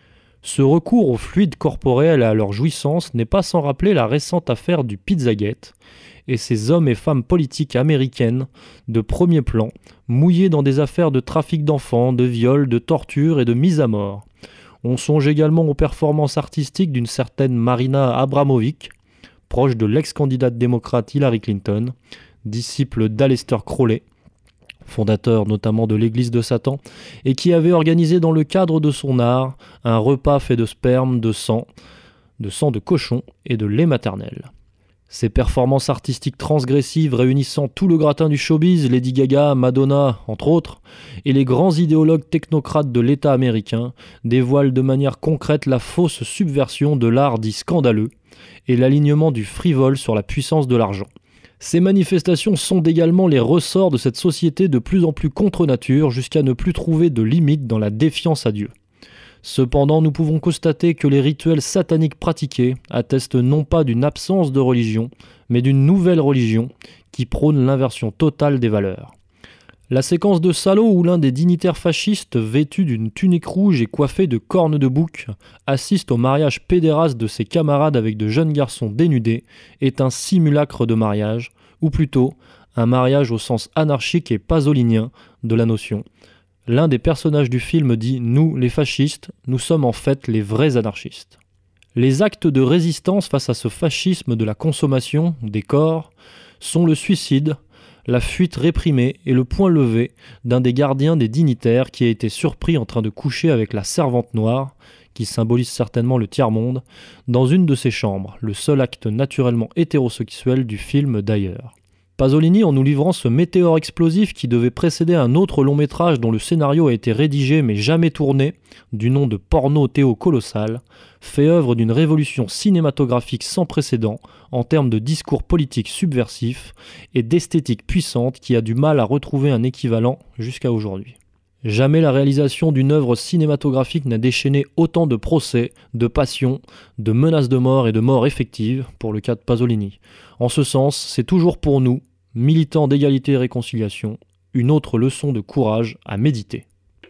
Ce recours aux fluides corporels et à leur jouissance n'est pas sans rappeler la récente affaire du Pizzagate et ces hommes et femmes politiques américaines de premier plan, mouillés dans des affaires de trafic d'enfants, de viol, de torture et de mise à mort. On songe également aux performances artistiques d'une certaine Marina Abramovic, proche de l'ex-candidate démocrate Hillary Clinton, disciple d'Aleister Crowley, fondateur notamment de l'Église de Satan, et qui avait organisé dans le cadre de son art un repas fait de sperme, de sang, de sang de cochon et de lait maternel. Ces performances artistiques transgressives réunissant tout le gratin du showbiz, Lady Gaga, Madonna, entre autres, et les grands idéologues technocrates de l'État américain, dévoilent de manière concrète la fausse subversion de l'art dit scandaleux et l'alignement du frivole sur la puissance de l'argent. Ces manifestations sont également les ressorts de cette société de plus en plus contre nature jusqu'à ne plus trouver de limite dans la défiance à Dieu. Cependant, nous pouvons constater que les rituels sataniques pratiqués attestent non pas d'une absence de religion, mais d'une nouvelle religion qui prône l'inversion totale des valeurs. La séquence de Salo où l'un des dignitaires fascistes, vêtu d'une tunique rouge et coiffé de cornes de bouc, assiste au mariage pédéraste de ses camarades avec de jeunes garçons dénudés, est un simulacre de mariage, ou plutôt un mariage au sens anarchique et pasolinien de la notion. L'un des personnages du film dit « Nous, les fascistes, nous sommes en fait les vrais anarchistes ». Les actes de résistance face à ce fascisme de la consommation des corps sont le suicide, la fuite réprimée et le poing levé d'un des gardiens des dignitaires qui a été surpris en train de coucher avec la servante noire, qui symbolise certainement le tiers-monde, dans une de ses chambres, le seul acte naturellement hétérosexuel du film d'ailleurs. Pasolini, en nous livrant ce météore explosif qui devait précéder un autre long métrage dont le scénario a été rédigé mais jamais tourné, du nom de Porno Théo Colossal, fait œuvre d'une révolution cinématographique sans précédent en termes de discours politique subversif et d'esthétique puissante qui a du mal à retrouver un équivalent jusqu'à aujourd'hui. Jamais la réalisation d'une œuvre cinématographique n'a déchaîné autant de procès, de passions, de menaces de mort et de mort effectives pour le cas de Pasolini. En ce sens, c'est toujours pour nous, militants d'égalité et réconciliation, une autre leçon de courage à méditer.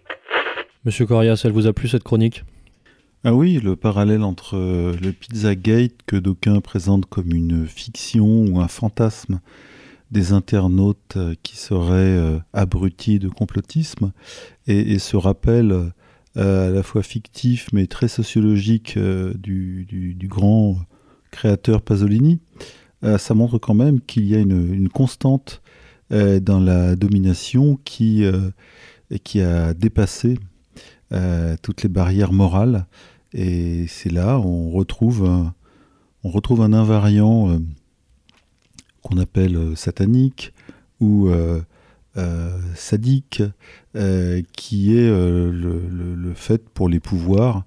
Monsieur Corias, elle vous a plu cette chronique ? Ah oui, le parallèle entre euh, le Pizzagate que d'aucuns présentent comme une fiction ou un fantasme des internautes euh, qui seraient euh, abrutis de complotisme et, et ce rappel euh, à la fois fictif mais très sociologique euh, du, du, du grand créateur Pasolini, euh, ça montre quand même qu'il y a une, une constante euh, dans la domination qui, euh, qui a dépassé euh, toutes les barrières morales. Et c'est là on retrouve un, on retrouve un invariant euh, qu'on appelle euh, satanique ou euh, euh, sadique, euh, qui est euh, le, le, le fait pour les pouvoirs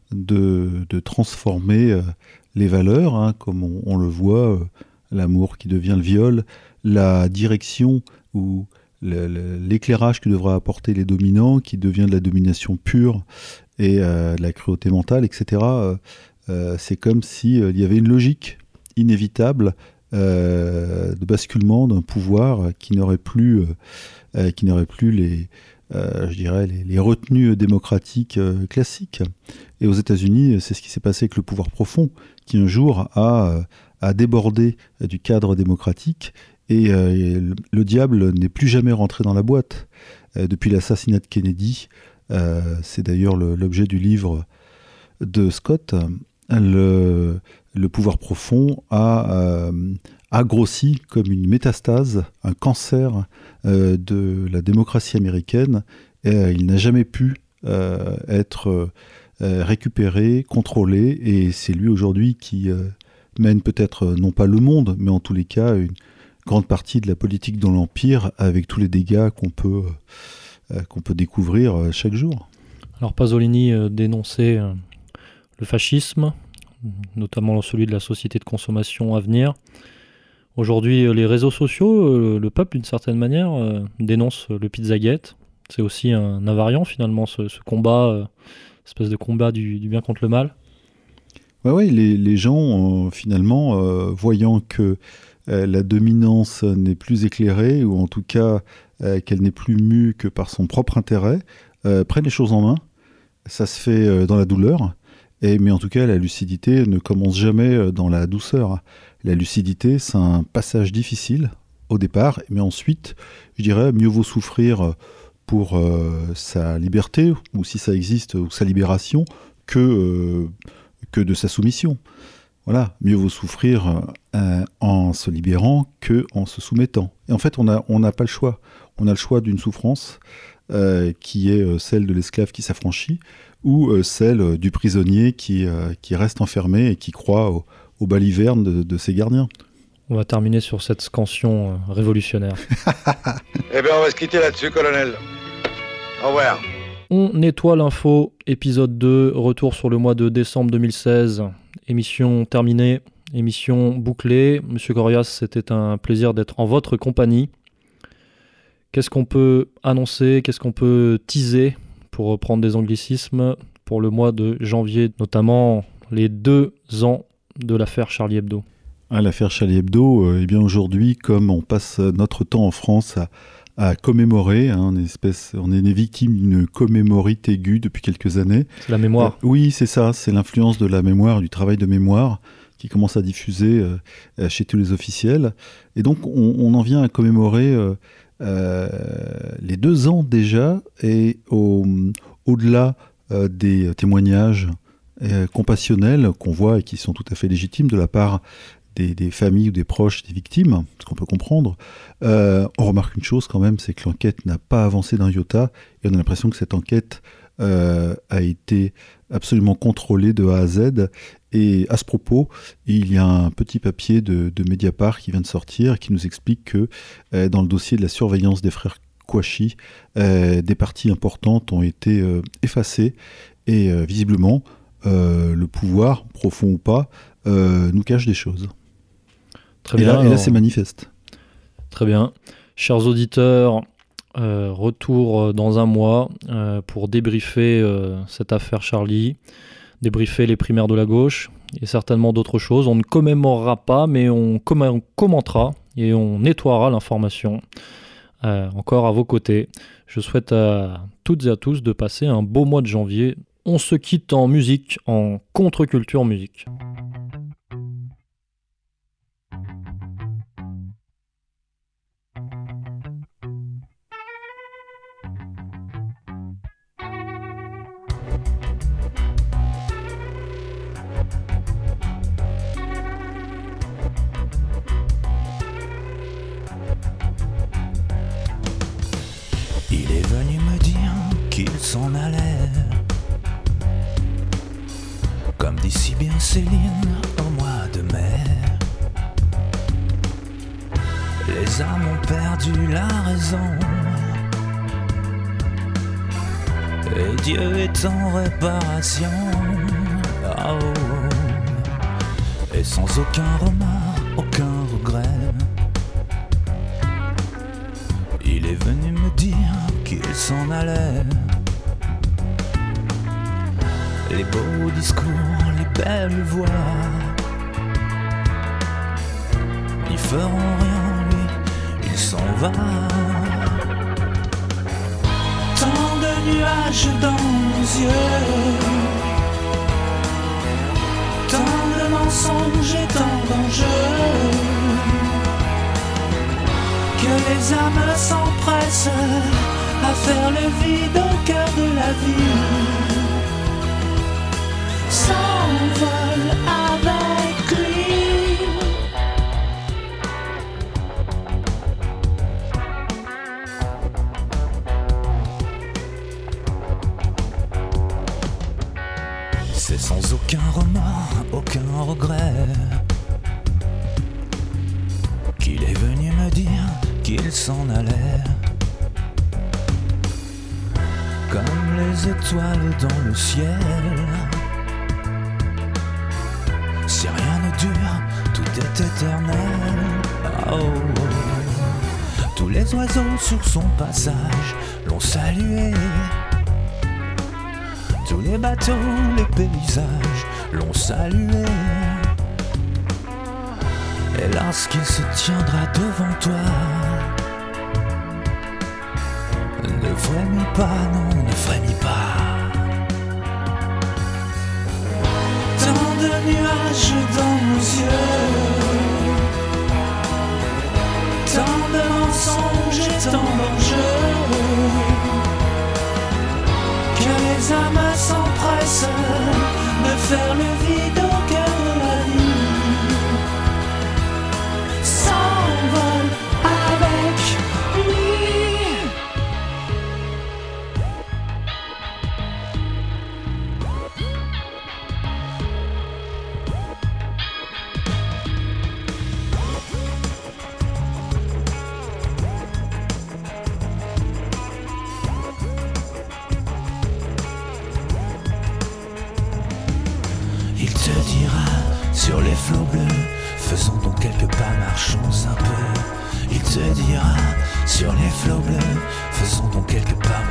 de, de transformer euh, les valeurs, hein, comme on, on le voit, euh, l'amour qui devient le viol, la direction ou le, le, l'éclairage que devraient apporter les dominants qui devient de la domination pure et euh, de la cruauté mentale, et cetera. Euh, c'est comme s'il euh, y avait une logique inévitable euh, de basculement d'un pouvoir qui n'aurait plus, euh, qui n'aurait plus les, euh, je dirais, les, les retenues démocratiques euh, classiques. Et aux États-Unis, c'est ce qui s'est passé avec le pouvoir profond, qui un jour a, a débordé du cadre démocratique. Et euh, le, le diable n'est plus jamais rentré dans la boîte. Euh, depuis l'assassinat de Kennedy, euh, c'est d'ailleurs le, l'objet du livre de Scott, le, le pouvoir profond a, euh, a grossi comme une métastase, un cancer euh, de la démocratie américaine. Et, euh, il n'a jamais pu euh, être euh, récupéré, contrôlé, et c'est lui aujourd'hui qui euh, mène peut-être euh, non pas le monde, mais en tous les cas une grande partie de la politique dans l'Empire, avec tous les dégâts qu'on peut, euh, qu'on peut découvrir euh, chaque jour. Alors Pasolini euh, dénonçait euh, le fascisme, notamment celui de la société de consommation à venir. Aujourd'hui, euh, les réseaux sociaux, euh, le peuple d'une certaine manière, euh, dénonce le Pizzagate. C'est aussi un invariant finalement, ce, ce combat, euh, espèce de combat du, du bien contre le mal. Oui, ouais, les, les gens, euh, finalement, euh, voyant que euh, la dominance n'est plus éclairée, ou en tout cas euh, qu'elle n'est plus mue que par son propre intérêt, euh, prennent les choses en main. Ça se fait euh, dans la douleur, et, mais en tout cas, la lucidité ne commence jamais dans la douceur. La lucidité, c'est un passage difficile au départ, mais ensuite, je dirais, mieux vaut souffrir pour euh, sa liberté, ou si ça existe, ou sa libération, que... Euh, que de sa soumission. Voilà, mieux vaut souffrir euh, en se libérant que en se soumettant. Et en fait, on n'a on n'a pas le choix. On a le choix d'une souffrance euh, qui est euh, celle de l'esclave qui s'affranchit, ou euh, celle du prisonnier qui, euh, qui reste enfermé et qui croit au, aux balivernes de, de ses gardiens. On va terminer sur cette scansion euh, révolutionnaire. Eh bien, on va se quitter là-dessus, colonel. Au revoir. On nettoie l'info, épisode deux, retour sur le mois de décembre deux mille seize, émission terminée, émission bouclée. Monsieur Gorias, c'était un plaisir d'être en votre compagnie. Qu'est-ce qu'on peut annoncer, qu'est-ce qu'on peut teaser, pour reprendre des anglicismes, pour le mois de janvier, notamment les deux ans de l'affaire Charlie Hebdo? Ah, l'affaire Charlie Hebdo, euh, eh bien aujourd'hui, comme on passe notre temps en France à à commémorer, hein, une espèce, on est des victimes d'une commémorite aiguë depuis quelques années. C'est la mémoire. Euh, oui, c'est ça, c'est l'influence de la mémoire, du travail de mémoire qui commence à diffuser euh, chez tous les officiels. Et donc, on, on en vient à commémorer euh, euh, les deux ans déjà, et au, au-delà euh, des témoignages euh, compassionnels qu'on voit et qui sont tout à fait légitimes de la part Des, des familles ou des proches des victimes, ce qu'on peut comprendre, euh, on remarque une chose quand même, c'est que l'enquête n'a pas avancé d'un iota, et on a l'impression que cette enquête euh, a été absolument contrôlée de A à Z. Et à ce propos, il y a un petit papier de, de Mediapart qui vient de sortir, qui nous explique que euh, dans le dossier de la surveillance des frères Kouachi, euh, des parties importantes ont été euh, effacées, et euh, visiblement, euh, le pouvoir, profond ou pas, euh, nous cache des choses. Très et bien. Là, et là, c'est manifeste. Très bien. Chers auditeurs, euh, retour dans un mois euh, pour débriefer euh, cette affaire Charlie, débriefer les primaires de la gauche et certainement d'autres choses. On ne commémorera pas, mais on, com- on commentera et on nettoiera l'information. Euh, encore à vos côtés. Je souhaite à toutes et à tous de passer un beau mois de janvier. On se quitte en musique, en contre-culture musique. Il est venu me dire qu'il s'en allait, comme dit si bien Céline au mois de mai. Les âmes ont perdu la raison, et Dieu est en réparation. Oh. Et sans aucun remords, aucun regret, il est venu me dire qu'il s'en allait. Les beaux discours, les belles voix n'y feront rien, lui, il s'en va. Tant de nuages dans nos yeux, tant de mensonges et tant d'enjeux, que les âmes s'empressent à faire le vide au cœur de la vie. S'envole avec lui. C'est sans aucun remords, aucun regret qu'il est venu me dire qu'il s'en allait. les étoiles dans le ciel. Si rien ne dure, tout est éternel. Oh, oh. Tous les oiseaux sur son passage l'ont salué. Tous les bateaux, les paysages l'ont salué. Et lorsqu'il se tiendra devant toi, ne frémis pas, non, ne frémis pas. Tant de nuages dans nos yeux, tant de mensonges et tant d'enjeux, que les âmes s'empressent de faire le vide au cœur de la vie. S'envole avec lui. Sur les flots bleus, faisons donc quelques pas, marchons un peu. Il te dira, sur les flots bleus, faisons donc quelques pas,